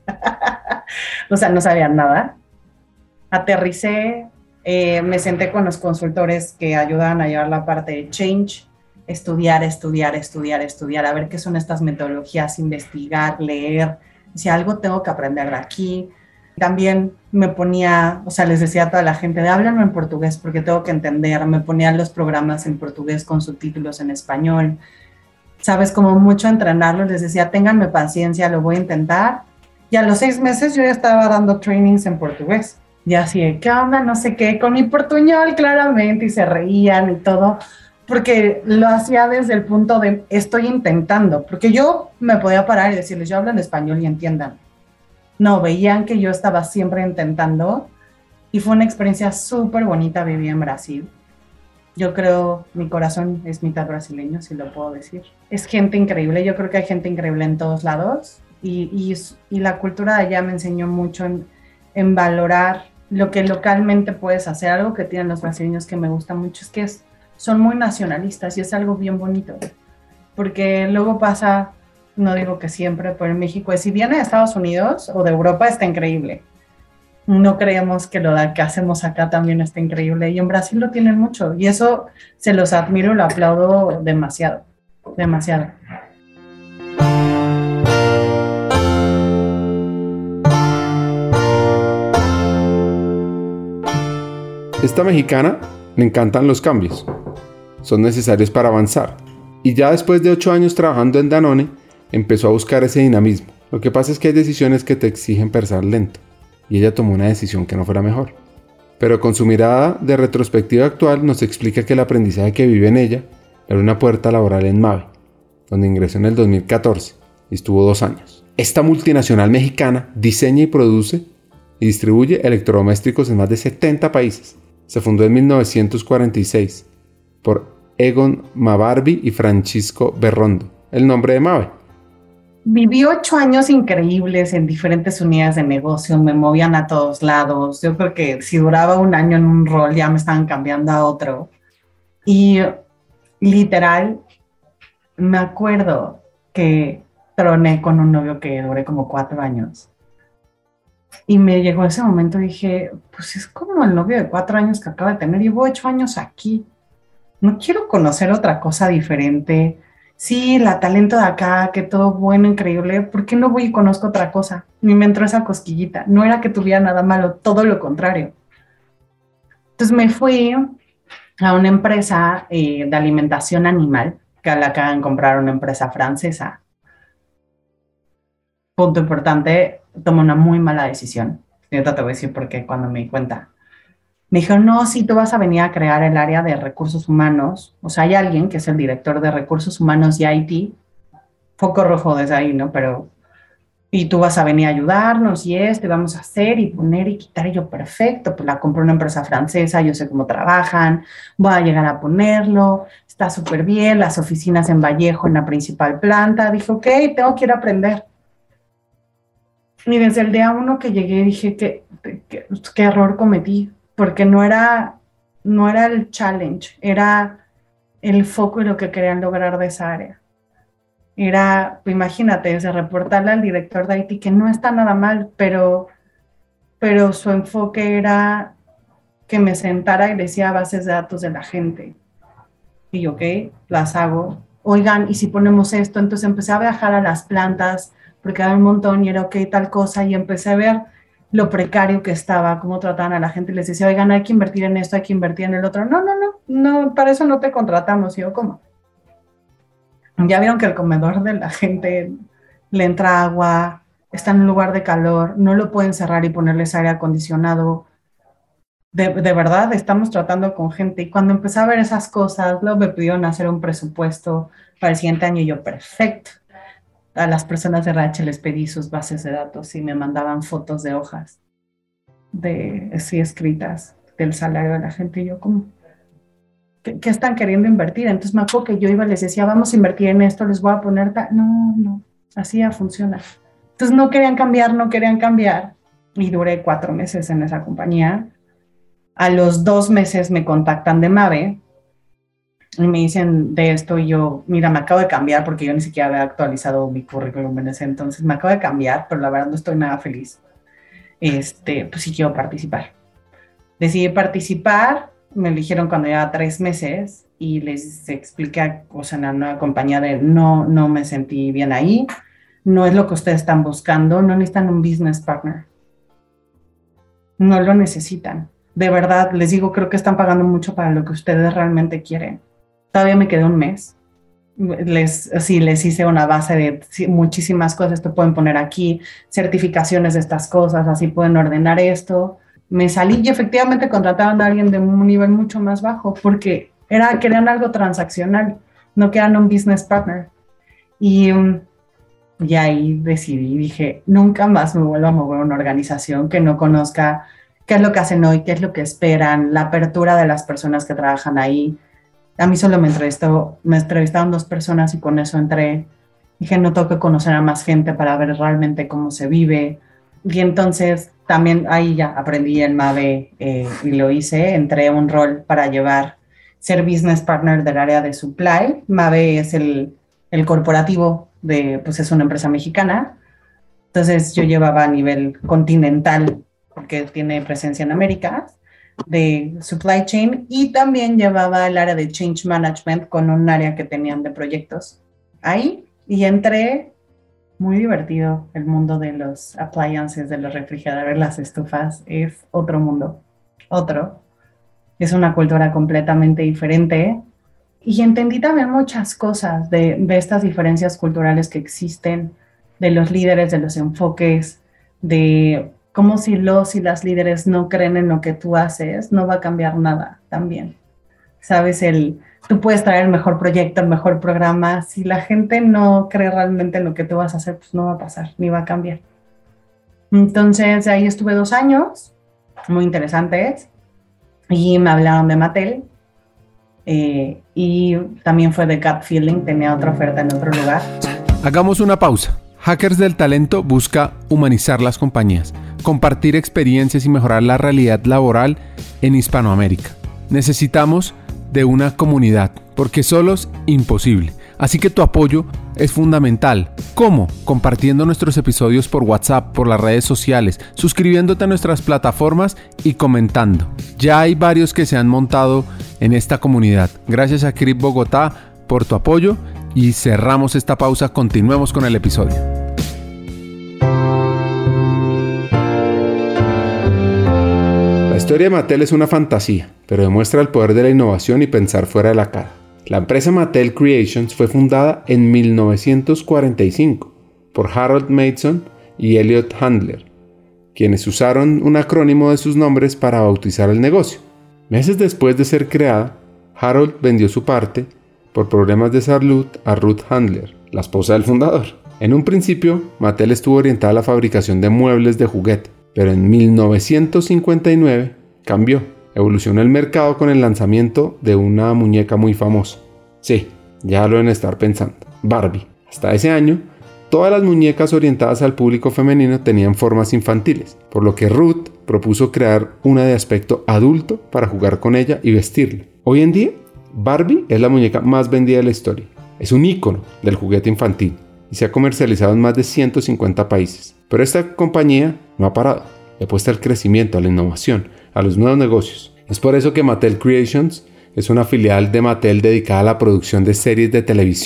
O sea, no sabía nada. Aterricé, eh, me senté con los consultores que ayudaban a llevar la parte de change, estudiar, estudiar, estudiar, estudiar, a ver qué son estas metodologías, investigar, leer, si algo tengo que aprender de aquí. También me ponía, o sea, les decía a toda la gente, de háblenme en portugués porque tengo que entender, me ponía los programas en portugués con subtítulos en español, sabes, como mucho entrenarlos, les decía, ténganme paciencia, lo voy a intentar, y a los seis meses yo ya estaba dando trainings en portugués, y así, ¿qué onda? No sé qué, con mi portuñol claramente, y se reían y todo, porque lo hacía desde el punto de estoy intentando, porque yo me podía parar y decirles, yo hablo en español y entiendan. No, veían que yo estaba siempre intentando y fue una experiencia súper bonita vivir en Brasil. Yo creo, mi corazón es mitad brasileño, si lo puedo decir. Es gente increíble, yo creo que hay gente increíble en todos lados y, y, y la cultura de allá me enseñó mucho en, en valorar lo que localmente puedes hacer. Algo que tienen los brasileños que me gusta mucho es que es son muy nacionalistas y es algo bien bonito, porque luego pasa, no digo que siempre, pero en México, si viene de Estados Unidos o de Europa está increíble, no creemos que lo que hacemos acá también está increíble, y en Brasil lo tienen mucho, y eso se los admiro y lo aplaudo demasiado, demasiado. Esta mexicana le encantan los cambios. Son necesarios para avanzar. Y ya después de ocho años trabajando en Danone, empezó a buscar ese dinamismo. Lo que pasa es que hay decisiones que te exigen pensar lento. Y ella tomó una decisión que no fue la mejor. Pero con su mirada de retrospectiva actual nos explica que el aprendizaje que vive en ella le abrió una puerta laboral en Mabe, donde ingresó en el dos mil catorce y estuvo dos años. Esta multinacional mexicana diseña y produce y distribuye electrodomésticos en más de setenta países. Se fundó en mil novecientos cuarenta y seis por Egon Mabarby y Francisco Berrondo, el nombre de Mabe. Viví ocho años increíbles en diferentes unidades de negocio, me movían a todos lados. Yo creo que si duraba un año en un rol ya me estaban cambiando a otro. Y literal, me acuerdo que troné con un novio que duré como cuatro años. Y me llegó ese momento y dije, pues es como el novio de cuatro años que acabo de tener. Llevo ocho años aquí. No quiero conocer otra cosa diferente. Sí, la talento de acá, que todo bueno, increíble. ¿Por qué no voy y conozco otra cosa? Ni me entró esa cosquillita. No era que tuviera nada malo, todo lo contrario. Entonces me fui a una empresa eh, de alimentación animal, que la acaban de comprar una empresa francesa. Punto importante, tomé una muy mala decisión. Y ahorita te voy a decir por qué cuando me di cuenta. Me dijeron, no, sí, tú vas a venir a crear el área de recursos humanos. O sea, hay alguien que es el director de recursos humanos y I T. Foco rojo desde ahí, ¿no? Pero, y tú vas a venir a ayudarnos y esto, y vamos a hacer y poner y quitar. Y yo, perfecto, pues la compré una empresa francesa, yo sé cómo trabajan, voy a llegar a ponerlo, está súper bien, las oficinas en Vallejo, en la principal planta. Dije, ok, tengo que ir a aprender. Y desde el día uno que llegué dije, ¿qué, qué, qué error cometí? Porque no era, no era el challenge, era el foco y lo que querían lograr de esa área. Era, imagínate, desde reportarle al director de I T que no está nada mal, pero, pero su enfoque era que me sentara y decía bases de datos de la gente. Y yo, ok, las hago. Oigan, ¿y si ponemos esto? Entonces empecé a viajar a las plantas porque había un montón y era ok, tal cosa, y empecé a ver lo precario que estaba, cómo trataban a la gente, y les decía, oigan, hay que invertir en esto, hay que invertir en el otro. No, no, no, no, para eso no te contratamos. Y yo, ¿cómo? Ya vieron que el comedor de la gente le entra agua, está en un lugar de calor, no lo pueden cerrar y ponerles aire acondicionado. De, de verdad, estamos tratando con gente. Y cuando empecé a ver esas cosas, luego me pidieron hacer un presupuesto para el siguiente año y yo, perfecto. A las personas de R H les pedí sus bases de datos y me mandaban fotos de hojas de así escritas del salario de la gente. Y yo, ¿cómo? ¿Qué, qué están queriendo invertir? Entonces me acuerdo que yo iba y les decía, vamos a invertir en esto, les voy a poner... Ta-. No, no, así ya funciona. Entonces no querían cambiar, no querían cambiar. Y duré cuatro meses en esa compañía. A los dos meses me contactan de Mave y me dicen de esto y yo, mira, me acabo de cambiar porque yo ni siquiera había actualizado mi currículum en ese entonces. Me acabo de cambiar, pero la verdad no estoy nada feliz. Este, pues sí quiero participar. Decidí participar, me eligieron cuando llevaba tres meses y les expliqué, o sea, en la nueva compañía de no, no me sentí bien ahí, no es lo que ustedes están buscando, no necesitan un business partner. No lo necesitan. De verdad, les digo, creo que están pagando mucho para lo que ustedes realmente quieren. Todavía me quedé un mes. Les, sí, les hice una base de sí, muchísimas cosas. Te pueden poner aquí certificaciones de estas cosas, así pueden ordenar esto. Me salí y efectivamente contrataban a alguien de un nivel mucho más bajo porque era, querían algo transaccional, no querían un business partner. Y, y ahí decidí, dije, nunca más me vuelvo a mover a una organización que no conozca qué es lo que hacen hoy, qué es lo que esperan, la apertura de las personas que trabajan ahí. A mí solo me entrevistó, me entrevistaron dos personas y con eso entré. Dije, no tengo que conocer a más gente para ver realmente cómo se vive. Y entonces también ahí ya aprendí el Mave eh, y lo hice. Entré a un rol para llevar, ser business partner del área de supply. Mave es el, el corporativo, de, pues es una empresa mexicana. Entonces yo llevaba a nivel continental, porque tiene presencia en América, de supply chain, y también llevaba el área de change management con un área que tenían de proyectos ahí, y entré, muy divertido el mundo de los appliances, de los refrigeradores, las estufas, es otro mundo, otro, es una cultura completamente diferente, y entendí también muchas cosas de, de estas diferencias culturales que existen, de los líderes, de los enfoques, de como si los y las líderes no creen en lo que tú haces, no va a cambiar nada también. Sabes, el, tú puedes traer el mejor proyecto, el mejor programa, si la gente no cree realmente en lo que tú vas a hacer, pues no va a pasar, ni va a cambiar. Entonces, ahí estuve dos años, muy interesantes, y me hablaron de Mattel, eh, y también fue de gut feeling, tenía otra oferta en otro lugar. Hagamos una pausa. Hackers del Talento busca humanizar las compañías, compartir experiencias y mejorar la realidad laboral en Hispanoamérica. Necesitamos de una comunidad, porque solos imposible. Así que tu apoyo es fundamental. ¿Cómo? Compartiendo nuestros episodios por WhatsApp, por las redes sociales, suscribiéndote a nuestras plataformas y comentando. Ya hay varios que se han montado en esta comunidad. Gracias a Crip Bogotá por tu apoyo y cerramos esta pausa. Continuemos con el episodio. La historia de Mattel es una fantasía, pero demuestra el poder de la innovación y pensar fuera de la caja. La empresa Mattel Creations fue fundada en mil novecientos cuarenta y cinco por Harold Mason y Elliot Handler, quienes usaron un acrónimo de sus nombres para bautizar el negocio. Meses después de ser creada, Harold vendió su parte por problemas de salud a Ruth Handler, la esposa del fundador. En un principio, Mattel estuvo orientada a la fabricación de muebles de juguete, pero en mil novecientos cincuenta y nueve cambió. Evolucionó el mercado con el lanzamiento de una muñeca muy famosa. Sí, ya lo deben estar pensando, Barbie. Hasta ese año, todas las muñecas orientadas al público femenino tenían formas infantiles, por lo que Ruth propuso crear una de aspecto adulto para jugar con ella y vestirla. Hoy en día, Barbie es la muñeca más vendida de la historia. Es un ícono del juguete infantil y se ha comercializado en más de ciento cincuenta países. Pero esta compañía no ha parado. Le apuesta al crecimiento, a la innovación, a los nuevos negocios. Es por eso que Mattel Creations es una filial de Mattel dedicada a la producción de series de televisión,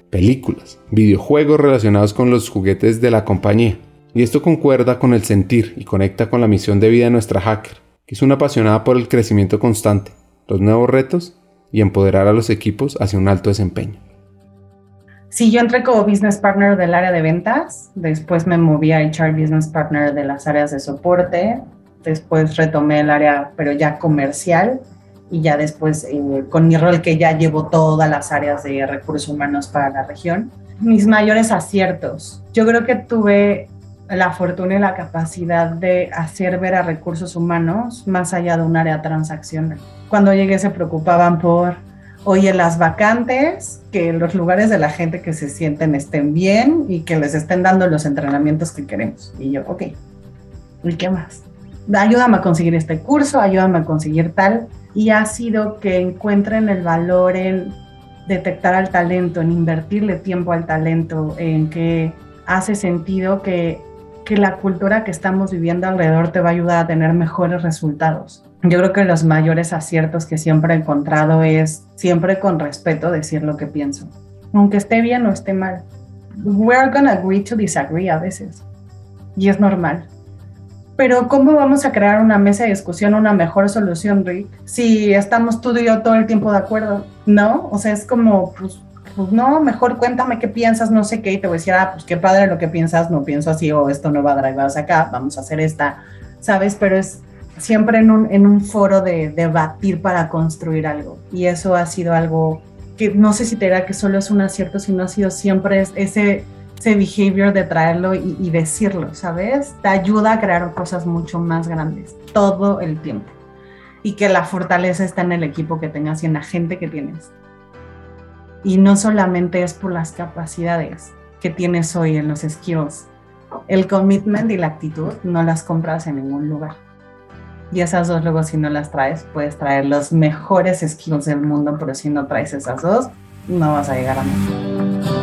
películas, videojuegos relacionados con los juguetes de la compañía. Y esto concuerda con el sentir y conecta con la misión de vida de nuestra hacker, que es una apasionada por el crecimiento constante, los nuevos retos y empoderar a los equipos hacia un alto desempeño. Sí, yo entré como Business Partner del área de ventas, después me moví a H R Business Partner de las áreas de soporte, después retomé el área, pero ya comercial, y ya después eh, con mi rol que ya llevo todas las áreas de recursos humanos para la región. Mis mayores aciertos. Yo creo que tuve la fortuna y la capacidad de hacer ver a recursos humanos más allá de un área transaccional. Cuando llegué se preocupaban por, oye, las vacantes, que los lugares de la gente que se sienten estén bien y que les estén dando los entrenamientos que queremos. Y yo, ok, ¿y qué más? Ayúdame a conseguir este curso, ayúdame a conseguir tal. Y ha sido que encuentren el valor en detectar al talento, en invertirle tiempo al talento, en que hace sentido que, que la cultura que estamos viviendo alrededor te va a ayudar a tener mejores resultados. Yo creo que los mayores aciertos que siempre he encontrado es siempre con respeto decir lo que pienso, aunque esté bien o esté mal. We're gonna agree to disagree a veces, y es normal. Pero ¿cómo vamos a crear una mesa de discusión, una mejor solución, Rick? Si estamos tú y yo todo el tiempo de acuerdo, ¿no? O sea, es como, pues, pues no, mejor cuéntame qué piensas, no sé qué, y te voy a decir, ah, pues qué padre lo que piensas, no pienso así, o esto no va a drivar hacia acá, vamos a hacer esta, ¿sabes? Pero es siempre en un, en un foro de debatir para construir algo. Y eso ha sido algo que no sé si te dirá que solo es un acierto, sino ha sido siempre ese... ese behavior de traerlo y, y decirlo, ¿sabes? Te ayuda a crear cosas mucho más grandes todo el tiempo. Y que la fortaleza está en el equipo que tengas y en la gente que tienes. Y no solamente es por las capacidades que tienes hoy en los skills. El commitment y la actitud no las compras en ningún lugar. Y esas dos luego si no las traes, puedes traer los mejores skills del mundo, pero si no traes esas dos, no vas a llegar a nada.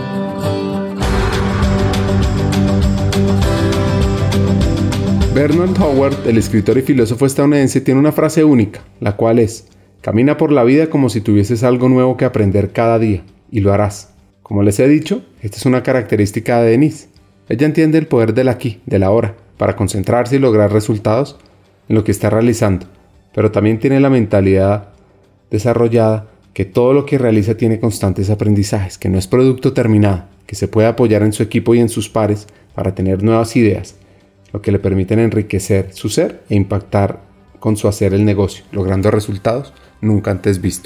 Bernard Howard, el escritor y filósofo estadounidense, tiene una frase única, la cual es: camina por la vida como si tuvieses algo nuevo que aprender cada día, y lo harás. Como les he dicho, esta es una característica de Denise. Ella entiende el poder del aquí, del ahora, para concentrarse y lograr resultados en lo que está realizando, pero también tiene la mentalidad desarrollada que todo lo que realiza tiene constantes aprendizajes, que no es producto terminado, que se puede apoyar en su equipo y en sus pares para tener nuevas ideas, lo que le permiten enriquecer su ser e impactar con su hacer el negocio, logrando resultados nunca antes visto.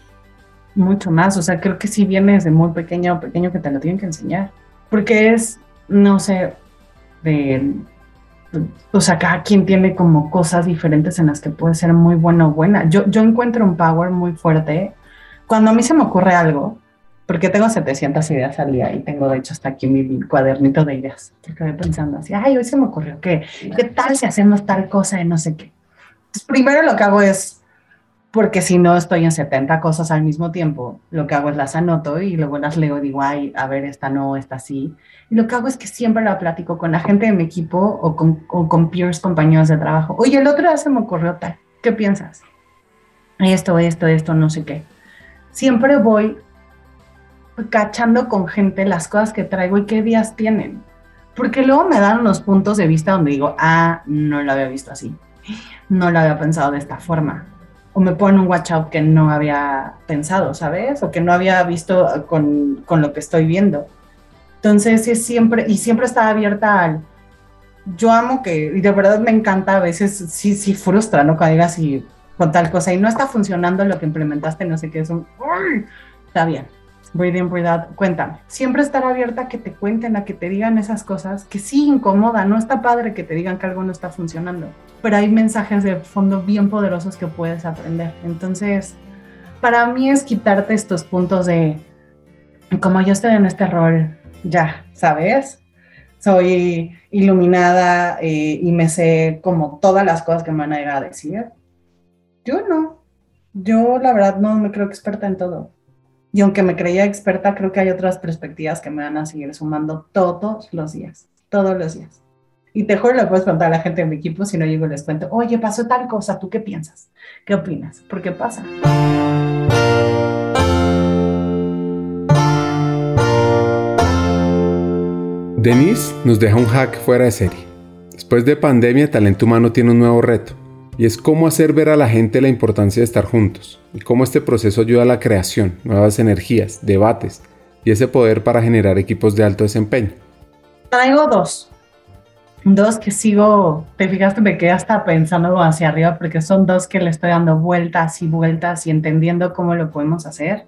Mucho más, o sea, creo que si vienes de muy pequeño o pequeño que te lo tienen que enseñar, porque es, no sé, de, o sea, cada quien tiene como cosas diferentes en las que puede ser muy bueno o buena. Yo, yo encuentro un power muy fuerte cuando a mí se me ocurre algo, porque tengo setecientas ideas al día y tengo de hecho hasta aquí mi cuadernito de ideas, porque voy pensando así, ay, hoy se me ocurrió que, ¿qué tal si hacemos tal cosa de no sé qué? Entonces, primero lo que hago es, porque si no estoy en setenta cosas al mismo tiempo, lo que hago es las anoto y luego las leo y digo, ay, a ver, esta no, esta sí. Y lo que hago es que siempre la platico con la gente de mi equipo o con, o con peers, compañeros de trabajo. Oye, el otro día se me ocurrió tal, ¿qué piensas? Esto, esto, esto, no sé qué. Siempre voy cachando con gente las cosas que traigo y qué días tienen. Porque luego me dan unos puntos de vista donde digo, ah, no lo había visto así. No lo había pensado de esta forma. O me ponen un watch out que no había pensado, ¿sabes? O que no había visto con, con lo que estoy viendo. Entonces, es siempre, y siempre estaba abierta al, yo amo que, y de verdad me encanta, a veces sí, sí frustra, ¿no? Cuando digas y con tal cosa y no está funcionando lo que implementaste, no sé qué, es un, ¡uy! Está bien. Breathe in, breathe out, cuéntame. Siempre estar abierta a que te cuenten, a que te digan esas cosas que sí incomodan, no está padre que te digan que algo no está funcionando, pero hay mensajes de fondo bien poderosos que puedes aprender. Entonces, para mí es quitarte estos puntos de, como yo estoy en este rol, ya, ¿sabes? Soy iluminada eh, y me sé como todas las cosas que me van a llegar a decir. Yo no, yo la verdad no me creo experta en todo. Y aunque me creía experta, creo que hay otras perspectivas que me van a seguir sumando todos los días, todos los días. Y te juro, le puedes preguntar a la gente de mi equipo, si no llego y les cuento, oye, pasó tal cosa, ¿tú qué piensas? ¿Qué opinas? ¿Por qué pasa? Denise nos deja un hack fuera de serie. Después de pandemia, Talento Humano tiene un nuevo reto, y es cómo hacer ver a la gente la importancia de estar juntos, y cómo este proceso ayuda a la creación, nuevas energías, debates, y ese poder para generar equipos de alto desempeño. Traigo dos. Dos que sigo, te fijaste, me quedé hasta pensando hacia arriba, porque son dos que le estoy dando vueltas y vueltas y entendiendo cómo lo podemos hacer.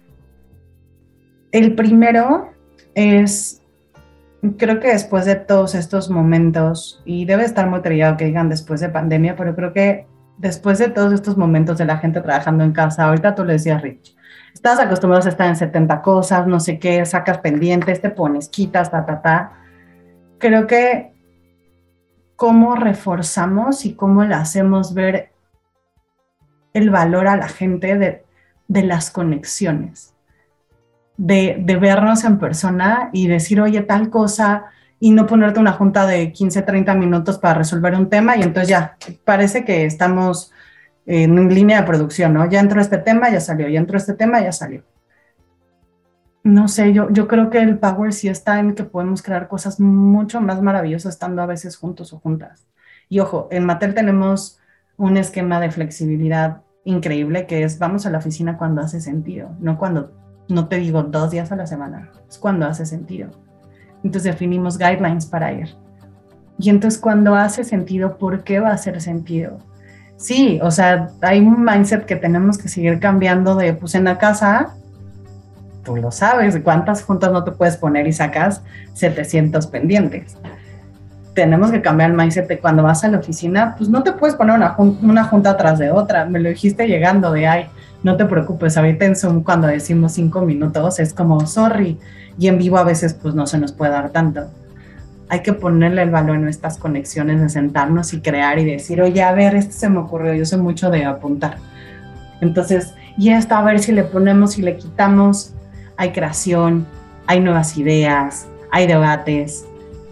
El primero es, creo que después de todos estos momentos, y debe estar muy trillado que digan después de pandemia, pero creo que después de todos estos momentos de la gente trabajando en casa, ahorita tú le decías, Rich, estás acostumbrado a estar en setenta cosas, no sé qué, sacas pendientes, te pones, quitas, ta, ta, ta. Creo que cómo reforzamos y cómo le hacemos ver el valor a la gente de, de las conexiones, de, de vernos en persona y decir, oye, tal cosa, y no ponerte una junta de quince, treinta minutos para resolver un tema y entonces ya, parece que estamos en línea de producción, ¿no? Ya entró este tema, ya salió, ya entró este tema, ya salió. No sé, yo, yo creo que el power sí está en que podemos crear cosas mucho más maravillosas estando a veces juntos o juntas. Y ojo, en Mattel tenemos un esquema de flexibilidad increíble que es vamos a la oficina cuando hace sentido, no cuando, no te digo dos días a la semana, es cuando hace sentido. Entonces definimos guidelines para ir. Y entonces cuando hace sentido, ¿por qué va a hacer sentido? Sí, o sea, hay un mindset que tenemos que seguir cambiando de, pues en la casa, tú lo sabes, cuántas juntas no te puedes poner y sacas setecientos pendientes. Tenemos que cambiar el mindset de cuando vas a la oficina, pues no te puedes poner una, jun- una junta tras de otra. Me lo dijiste llegando de, ay, no te preocupes, ahorita en Zoom cuando decimos cinco minutos es como, sorry, y en vivo a veces pues no se nos puede dar tanto. Hay que ponerle el valor en estas conexiones de sentarnos y crear y decir, oye, a ver, esto se me ocurrió, yo soy mucho de apuntar. Entonces, y esto a ver si le ponemos y le quitamos. Hay creación, hay nuevas ideas, hay debates,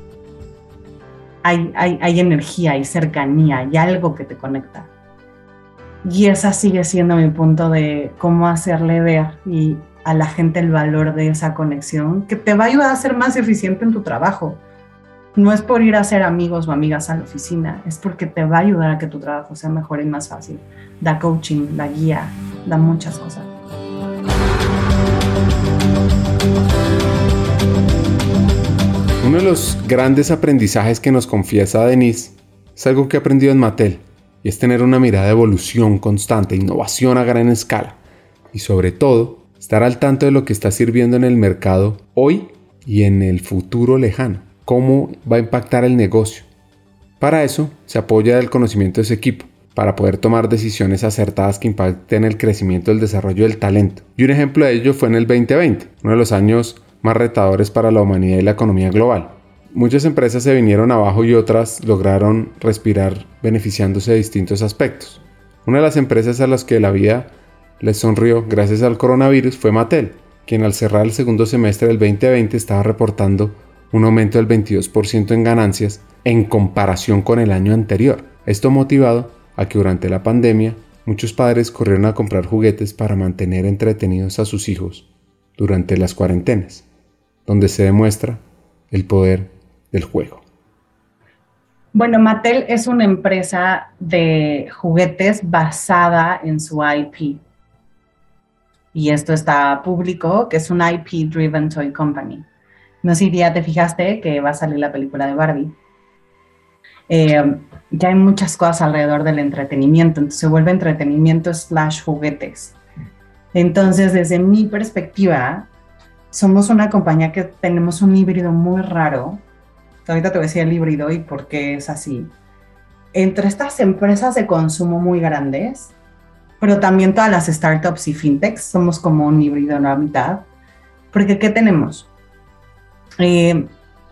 hay, hay, hay energía, hay cercanía, hay algo que te conecta. Y esa sigue siendo mi punto de cómo hacerle ver y a la gente el valor de esa conexión, que te va a ayudar a ser más eficiente en tu trabajo. No es por ir a ser amigos o amigas a la oficina, es porque te va a ayudar a que tu trabajo sea mejor y más fácil. Da coaching, da guía, da muchas cosas. Uno de los grandes aprendizajes que nos confiesa Denise es algo que he aprendido en Mattel, y es tener una mirada de evolución constante, innovación a gran escala, y sobre todo, estar al tanto de lo que está sirviendo en el mercado hoy y en el futuro lejano, cómo va a impactar el negocio. Para eso, se apoya del conocimiento de su equipo, para poder tomar decisiones acertadas que impacten el crecimiento y el desarrollo del talento. Y un ejemplo de ello fue en el veinte veinte, uno de los años más retadores para la humanidad y la economía global. Muchas empresas se vinieron abajo y otras lograron respirar beneficiándose de distintos aspectos. Una de las empresas a las que la vida les sonrió gracias al coronavirus fue Mattel, quien al cerrar el segundo semestre del veinte veinte estaba reportando un aumento del veintidós por ciento en ganancias en comparación con el año anterior. Esto motivado a que durante la pandemia muchos padres corrieron a comprar juguetes para mantener entretenidos a sus hijos durante las cuarentenas, donde se demuestra el poder del juego. Bueno, Mattel es una empresa de juguetes basada en su I P. Y esto está público, que es un I P-driven toy company. No sé si ya te fijaste que va a salir la película de Barbie. Eh, ya hay muchas cosas alrededor del entretenimiento, entonces se vuelve entretenimiento slash juguetes. Entonces, desde mi perspectiva, somos una compañía que tenemos un híbrido muy raro. Ahorita te voy a decir el híbrido y por qué es así. Entre estas empresas de consumo muy grandes, pero también todas las startups y fintechs, somos como un híbrido en la mitad. Porque, ¿qué tenemos? Eh,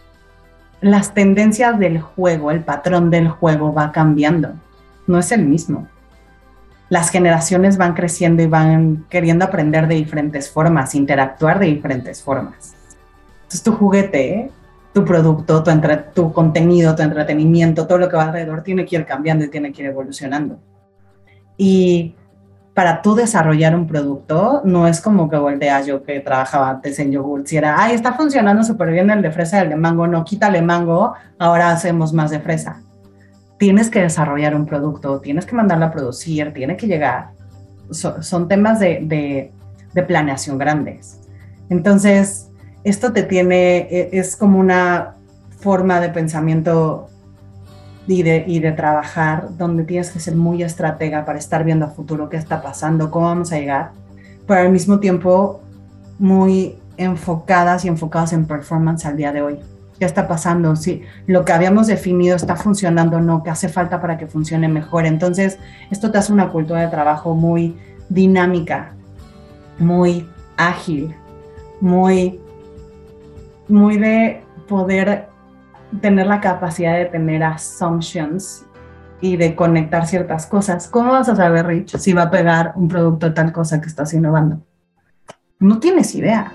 las tendencias del juego, el patrón del juego va cambiando. No es el mismo. Las generaciones van creciendo y van queriendo aprender de diferentes formas, interactuar de diferentes formas. Entonces tu juguete, tu producto, tu, entre, tu contenido, tu entretenimiento, todo lo que va alrededor tiene que ir cambiando y tiene que ir evolucionando. Y para tú desarrollar un producto, no es como que volteas, yo que trabajaba antes en yogurt, si era, ay, está funcionando súper bien el de fresa y el de mango, no, quítale mango, ahora hacemos más de fresa. Tienes que desarrollar un producto, tienes que mandarlo a producir, tiene que llegar. So, son temas de, de, de planeación grandes. Entonces, esto te tiene, es como una forma de pensamiento y de, y de trabajar donde tienes que ser muy estratega para estar viendo a futuro qué está pasando, cómo vamos a llegar, pero al mismo tiempo muy enfocadas y enfocadas en performance al día de hoy. ¿Qué está pasando? Si lo que habíamos definido está funcionando o no, qué hace falta para que funcione mejor. Entonces, esto te hace una cultura de trabajo muy dinámica, muy ágil, muy, muy de poder tener la capacidad de tener assumptions y de conectar ciertas cosas. ¿Cómo vas a saber, Rich, si va a pegar un producto de tal cosa que estás innovando? No tienes idea.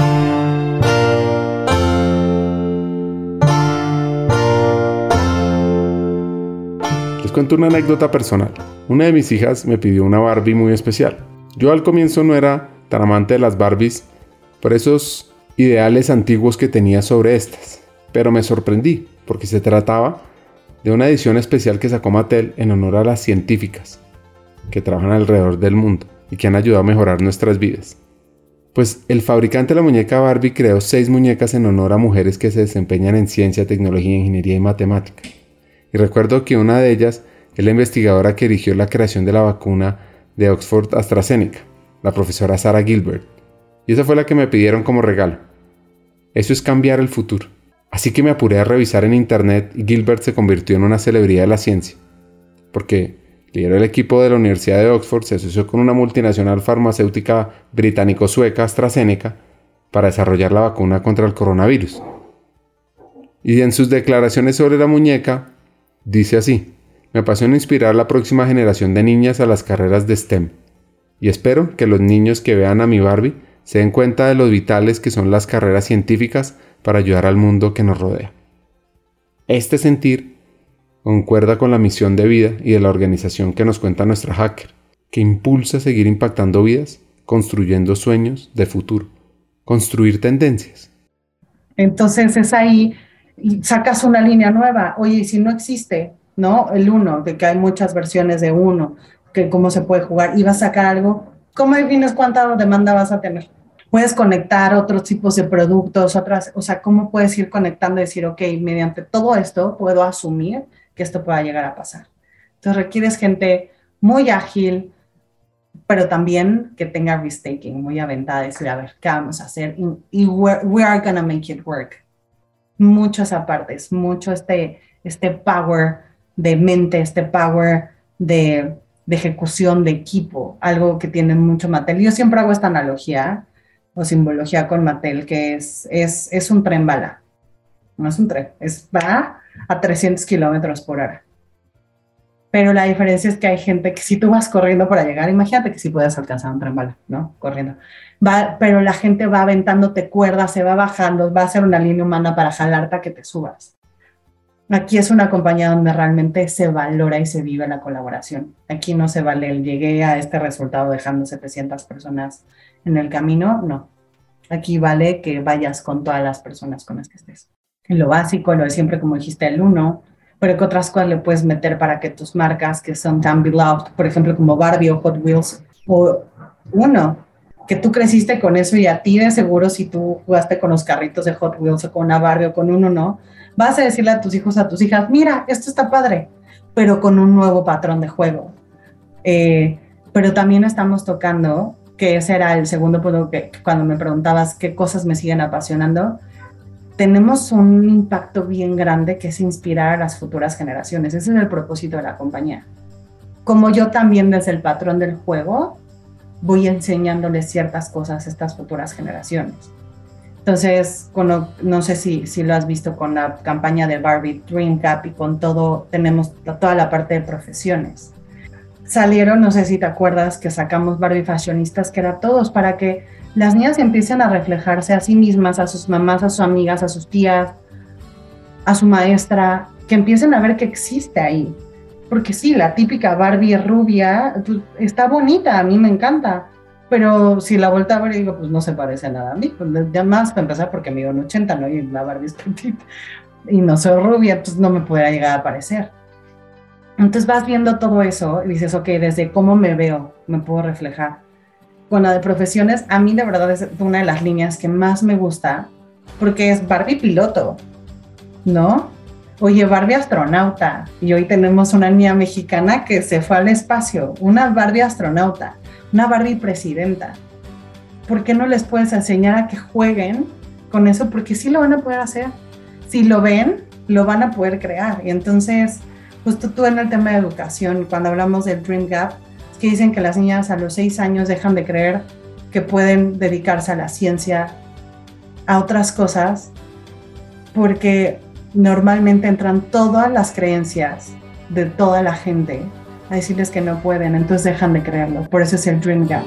Les cuento una anécdota personal. Una de mis hijas me pidió una Barbie muy especial. Yo al comienzo no era tan amante de las Barbies por esos ideales antiguos que tenía sobre estas, pero me sorprendí porque se trataba de una edición especial que sacó Mattel en honor a las científicas que trabajan alrededor del mundo y que han ayudado a mejorar nuestras vidas. Pues el fabricante de la muñeca Barbie creó seis muñecas en honor a mujeres que se desempeñan en ciencia, tecnología, ingeniería y matemática. Y recuerdo que una de ellas es la investigadora que erigió la creación de la vacuna de Oxford AstraZeneca, la profesora Sarah Gilbert. Y esa fue la que me pidieron como regalo. Eso es cambiar el futuro. Así que me apuré a revisar en internet y Gilbert se convirtió en una celebridad de la ciencia. Porque lideró el equipo de la Universidad de Oxford, se asoció con una multinacional farmacéutica británico-sueca AstraZeneca para desarrollar la vacuna contra el coronavirus. Y en sus declaraciones sobre la muñeca, dice así: me apasiona inspirar a la próxima generación de niñas a las carreras de STEM. Y espero que los niños que vean a mi Barbie se den cuenta de lo vitales que son las carreras científicas para ayudar al mundo que nos rodea. Este sentir concuerda con la misión de vida y de la organización que nos cuenta nuestra hacker, que impulsa a seguir impactando vidas, construyendo sueños de futuro, construir tendencias. Entonces es ahí, y sacas una línea nueva. Oye, y si no existe, ¿no? El uno, de que hay muchas versiones de uno, que cómo se puede jugar, y vas a sacar algo, ¿cómo defines cuánta demanda vas a tener? Puedes conectar otros tipos de productos, otras, o sea, ¿cómo puedes ir conectando y decir, ok, mediante todo esto puedo asumir que esto pueda llegar a pasar? Entonces requieres gente muy ágil, pero también que tenga risk-taking, muy aventada, decir, a ver, ¿qué vamos a hacer? Y, y we, we are gonna make it work. Muchas apartes, mucho este, este power de mente, este power de, de ejecución de equipo, algo que tiene mucho Mattel. Yo siempre hago esta analogía o simbología con Mattel, que es, es, es un tren bala. No es un tren, es, va a trescientos kilómetros por hora. Pero la diferencia es que hay gente que si tú vas corriendo para llegar, imagínate que si puedes alcanzar un tren bala, ¿no? Corriendo. Va, pero la gente va aventándote cuerdas, se va bajando, va a ser una línea humana para jalarte a que te subas. Aquí es una compañía donde realmente se valora y se vive la colaboración. Aquí no se vale el llegué a este resultado dejando setecientas personas en el camino, no. Aquí vale que vayas con todas las personas con las que estés. Lo básico, lo de siempre, como dijiste, el uno, pero que otras cosas le puedes meter para que tus marcas que son tan beloved, por ejemplo, como Barbie o Hot Wheels, o uno, que tú creciste con eso y a ti de seguro si tú jugaste con los carritos de Hot Wheels o con una Barbie o con uno, no, vas a decirle a tus hijos, a tus hijas, mira, esto está padre, pero con un nuevo patrón de juego. Eh, pero también estamos tocando, que ese era el segundo punto que cuando me preguntabas qué cosas me siguen apasionando, tenemos un impacto bien grande que es inspirar a las futuras generaciones. Ese es el propósito de la compañía. Como yo también desde el patrón del juego voy enseñándoles ciertas cosas a estas futuras generaciones. Entonces, con, no sé si, si lo has visto con la campaña de Barbie Dream Cap y con todo, tenemos toda la parte de profesiones. Salieron, no sé si te acuerdas, que sacamos Barbie Fashionistas, que era todos para que las niñas empiecen a reflejarse a sí mismas, a sus mamás, a sus amigas, a sus tías, a su maestra, que empiecen a ver que existe ahí. Porque sí, la típica Barbie rubia pues, está bonita, a mí me encanta. Pero si la vuelta a ver, digo, pues no se parece a nada a mí. Pues, ya más para empezar porque mido un ochenta, ¿no? Y la Barbie es petita. Y no soy rubia, pues no me pudiera llegar a parecer. Entonces vas viendo todo eso y dices, ok, desde cómo me veo, me puedo reflejar. Con la de profesiones, a mí de verdad es una de las líneas que más me gusta, porque es Barbie piloto, ¿no? Oye, Barbie astronauta, y hoy tenemos una niña mexicana que se fue al espacio, una Barbie astronauta, una Barbie presidenta. ¿Por qué no les puedes enseñar a que jueguen con eso? Porque sí lo van a poder hacer. Si lo ven, lo van a poder crear. Y entonces, justo tú en el tema de educación, cuando hablamos del Dream Gap, es que dicen que las niñas a los seis años dejan de creer que pueden dedicarse a la ciencia, a otras cosas, porque normalmente entran todas las creencias de toda la gente a decirles que no pueden, entonces dejan de creerlo. Por eso es el Dream Gap.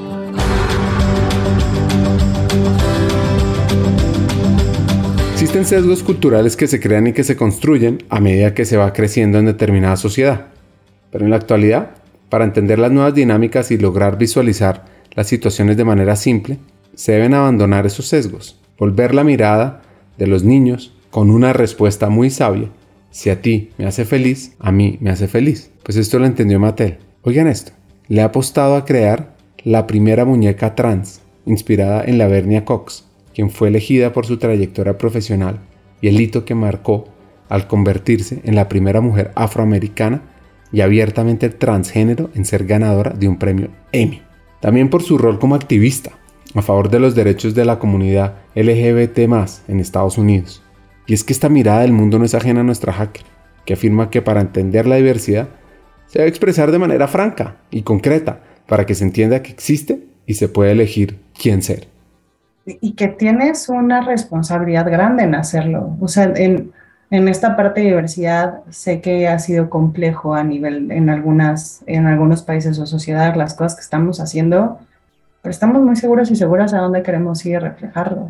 Existen sesgos culturales que se crean y que se construyen a medida que se va creciendo en determinada sociedad. Pero en la actualidad, para entender las nuevas dinámicas y lograr visualizar las situaciones de manera simple, se deben abandonar esos sesgos, volver la mirada de los niños con una respuesta muy sabia. Si a ti me hace feliz, a mí me hace feliz. Pues esto lo entendió Mattel. Oigan esto, le ha apostado a crear la primera muñeca trans, inspirada en la Bernia Cox, quien fue elegida por su trayectoria profesional y el hito que marcó al convertirse en la primera mujer afroamericana y abiertamente transgénero en ser ganadora de un premio Emmy. También por su rol como activista a favor de los derechos de la comunidad L G B T más, en Estados Unidos. Y es que esta mirada del mundo no es ajena a nuestra hacker, que afirma que para entender la diversidad se debe expresar de manera franca y concreta para que se entienda que existe y se puede elegir quién ser. Y que tienes una responsabilidad grande en hacerlo. O sea, en, en esta parte de diversidad sé que ha sido complejo a nivel, en, algunas, en algunos países o sociedades, las cosas que estamos haciendo, pero estamos muy seguros y seguras a dónde queremos ir a reflejarlo.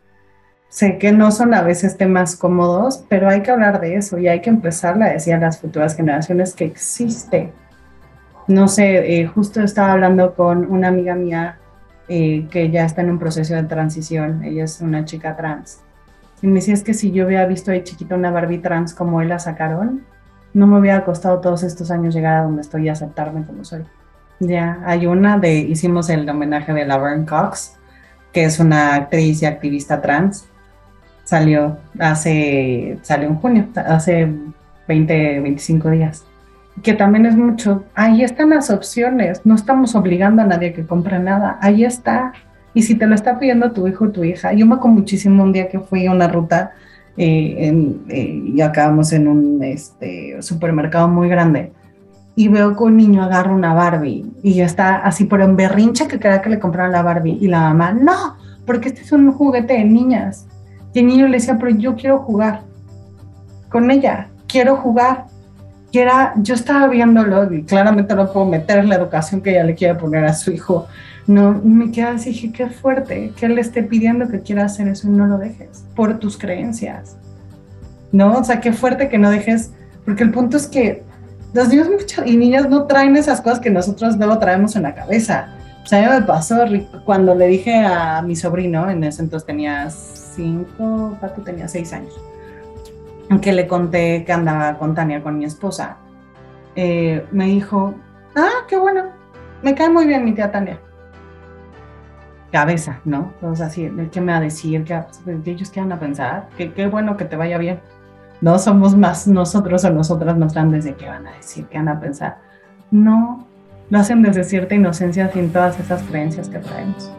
Sé que no son a veces temas cómodos, pero hay que hablar de eso y hay que empezar a decir a las futuras generaciones que existe. No sé, eh, justo estaba hablando con una amiga mía eh, que ya está en un proceso de transición. Ella es una chica trans. Y me decía, es que si yo hubiera visto de chiquita una Barbie trans como él la sacaron, no me hubiera costado todos estos años llegar a donde estoy y aceptarme como soy. Ya, hay una de, hicimos el homenaje de Laverne Cox, que es una actriz y activista trans. Salió hace, salió en junio, hace veinte, veinticinco días. Que también es mucho, ahí están las opciones, no estamos obligando a nadie que compre nada, ahí está. Y si te lo está pidiendo tu hijo o tu hija, yo me acuerdo muchísimo un día que fui a una ruta eh, en, eh, y acabamos en un este, supermercado muy grande y veo que un niño agarra una Barbie y está así por un berrinche que quería que le compraran la Barbie y la mamá, no, porque este es un juguete de niñas. Y el niño le decía, pero yo quiero jugar con ella, quiero jugar. Y era, yo estaba viéndolo y claramente no puedo meter la educación que ella le quiere poner a su hijo. No, y me quedé así, dije, qué fuerte, que él le esté pidiendo que quiera hacer eso y no lo dejes por tus creencias. ¿No? O sea, qué fuerte que no dejes, porque el punto es que los niños mucho, y niñas no traen esas cosas que nosotros luego traemos en la cabeza. O sea, a mí me pasó cuando le dije a mi sobrino, en ese entonces tenía cinco, Pato tenía seis años, que le conté que andaba con Tania, con mi esposa, eh, me dijo, ah, qué bueno, me cae muy bien mi tía Tania. Cabeza, ¿no? Entonces así, ¿qué me va a decir? ¿Qué, ellos qué van a pensar? ¿Qué, qué bueno que te vaya bien. No somos más nosotros o nosotras más grandes de qué van a decir, qué van a pensar. No, lo hacen desde cierta inocencia sin todas esas creencias que traemos.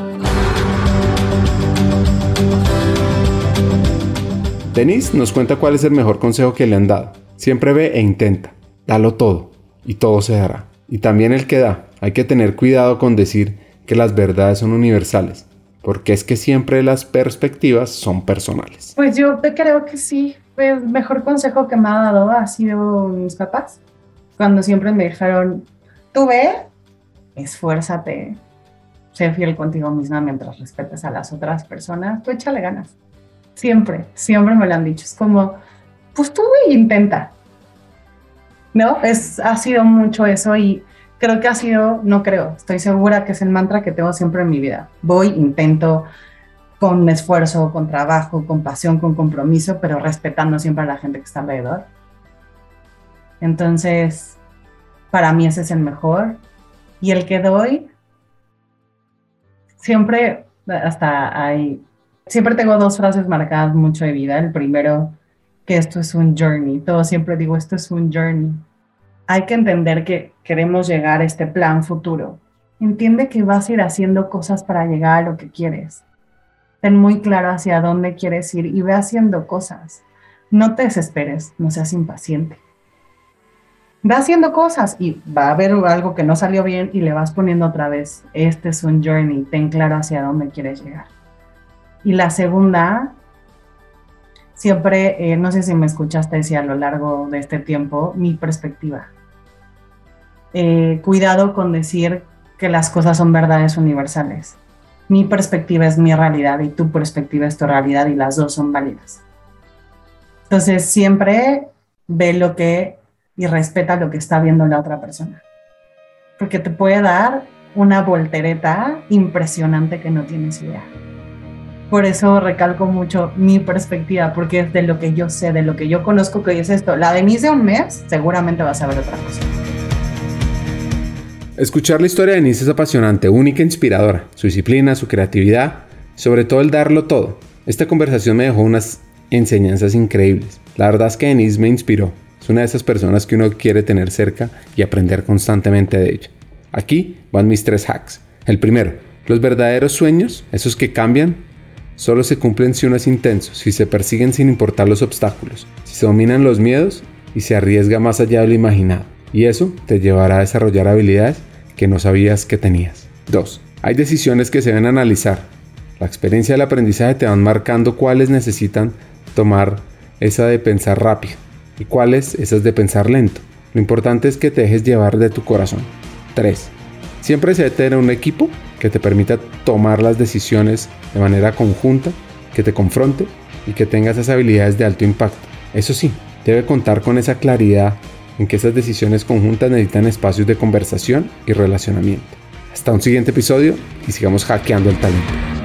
Denise nos cuenta cuál es el mejor consejo que le han dado. Siempre ve e intenta, dalo todo y todo se dará. Y también el que da, hay que tener cuidado con decir que las verdades son universales, porque es que siempre las perspectivas son personales. Pues yo creo que sí, el mejor consejo que me ha dado ha sido mis papás, cuando siempre me dijeron, tú ve, esfuérzate, sé fiel contigo misma mientras respetes a las otras personas, tú échale ganas. Siempre, siempre me lo han dicho. Es como, pues tú ve e intenta. ¿no? Es, ha sido mucho eso y creo que ha sido, no creo, estoy segura que es el mantra que tengo siempre en mi vida. Voy, intento con esfuerzo, con trabajo, con pasión, con compromiso, pero respetando siempre a la gente que está alrededor. Entonces, para mí ese es el mejor. Y el que doy, siempre, hasta hay, siempre tengo dos frases marcadas mucho de vida. El primero, que esto es un journey. Todo siempre digo, esto es un journey. Hay que entender que queremos llegar a este plan futuro. Entiende que vas a ir haciendo cosas para llegar a lo que quieres. Ten muy claro hacia dónde quieres ir y ve haciendo cosas. No te desesperes, no seas impaciente. Ve haciendo cosas y va a haber algo que no salió bien y le vas poniendo otra vez. Este es un journey, ten claro hacia dónde quieres llegar. Y la segunda, siempre, eh, no sé si me escuchaste decir a lo largo de este tiempo, mi perspectiva. Eh, cuidado con decir que las cosas son verdades universales. Mi perspectiva es mi realidad y tu perspectiva es tu realidad y las dos son válidas. Entonces siempre ve lo que y respeta lo que está viendo la otra persona. Porque te puede dar una voltereta impresionante que no tienes idea. Por eso recalco mucho mi perspectiva, porque es de lo que yo sé, de lo que yo conozco que es esto. La Denise de un mes seguramente vas a ver otra cosa. Escuchar la historia de Denise es apasionante, única e inspiradora. Su disciplina, su creatividad, sobre todo el darlo todo. Esta conversación me dejó unas enseñanzas increíbles. La verdad es que Denise me inspiró. Es una de esas personas que uno quiere tener cerca y aprender constantemente de ella. Aquí van mis tres hacks. El primero, los verdaderos sueños, esos que cambian, solo se cumplen si uno es intenso, si se persiguen sin importar los obstáculos, si se dominan los miedos y se arriesga más allá de lo imaginado. Y eso te llevará a desarrollar habilidades que no sabías que tenías. dos. Hay decisiones que se deben analizar. La experiencia del aprendizaje te van marcando cuáles necesitan tomar esa de pensar rápido y cuáles esas de pensar lento. Lo importante es que te dejes llevar de tu corazón. tres. Siempre se debe tener un equipo que te permita tomar las decisiones de manera conjunta, que te confronte y que tenga esas habilidades de alto impacto. Eso sí, debe contar con esa claridad en que esas decisiones conjuntas necesitan espacios de conversación y relacionamiento. Hasta un siguiente episodio y sigamos hackeando el talento.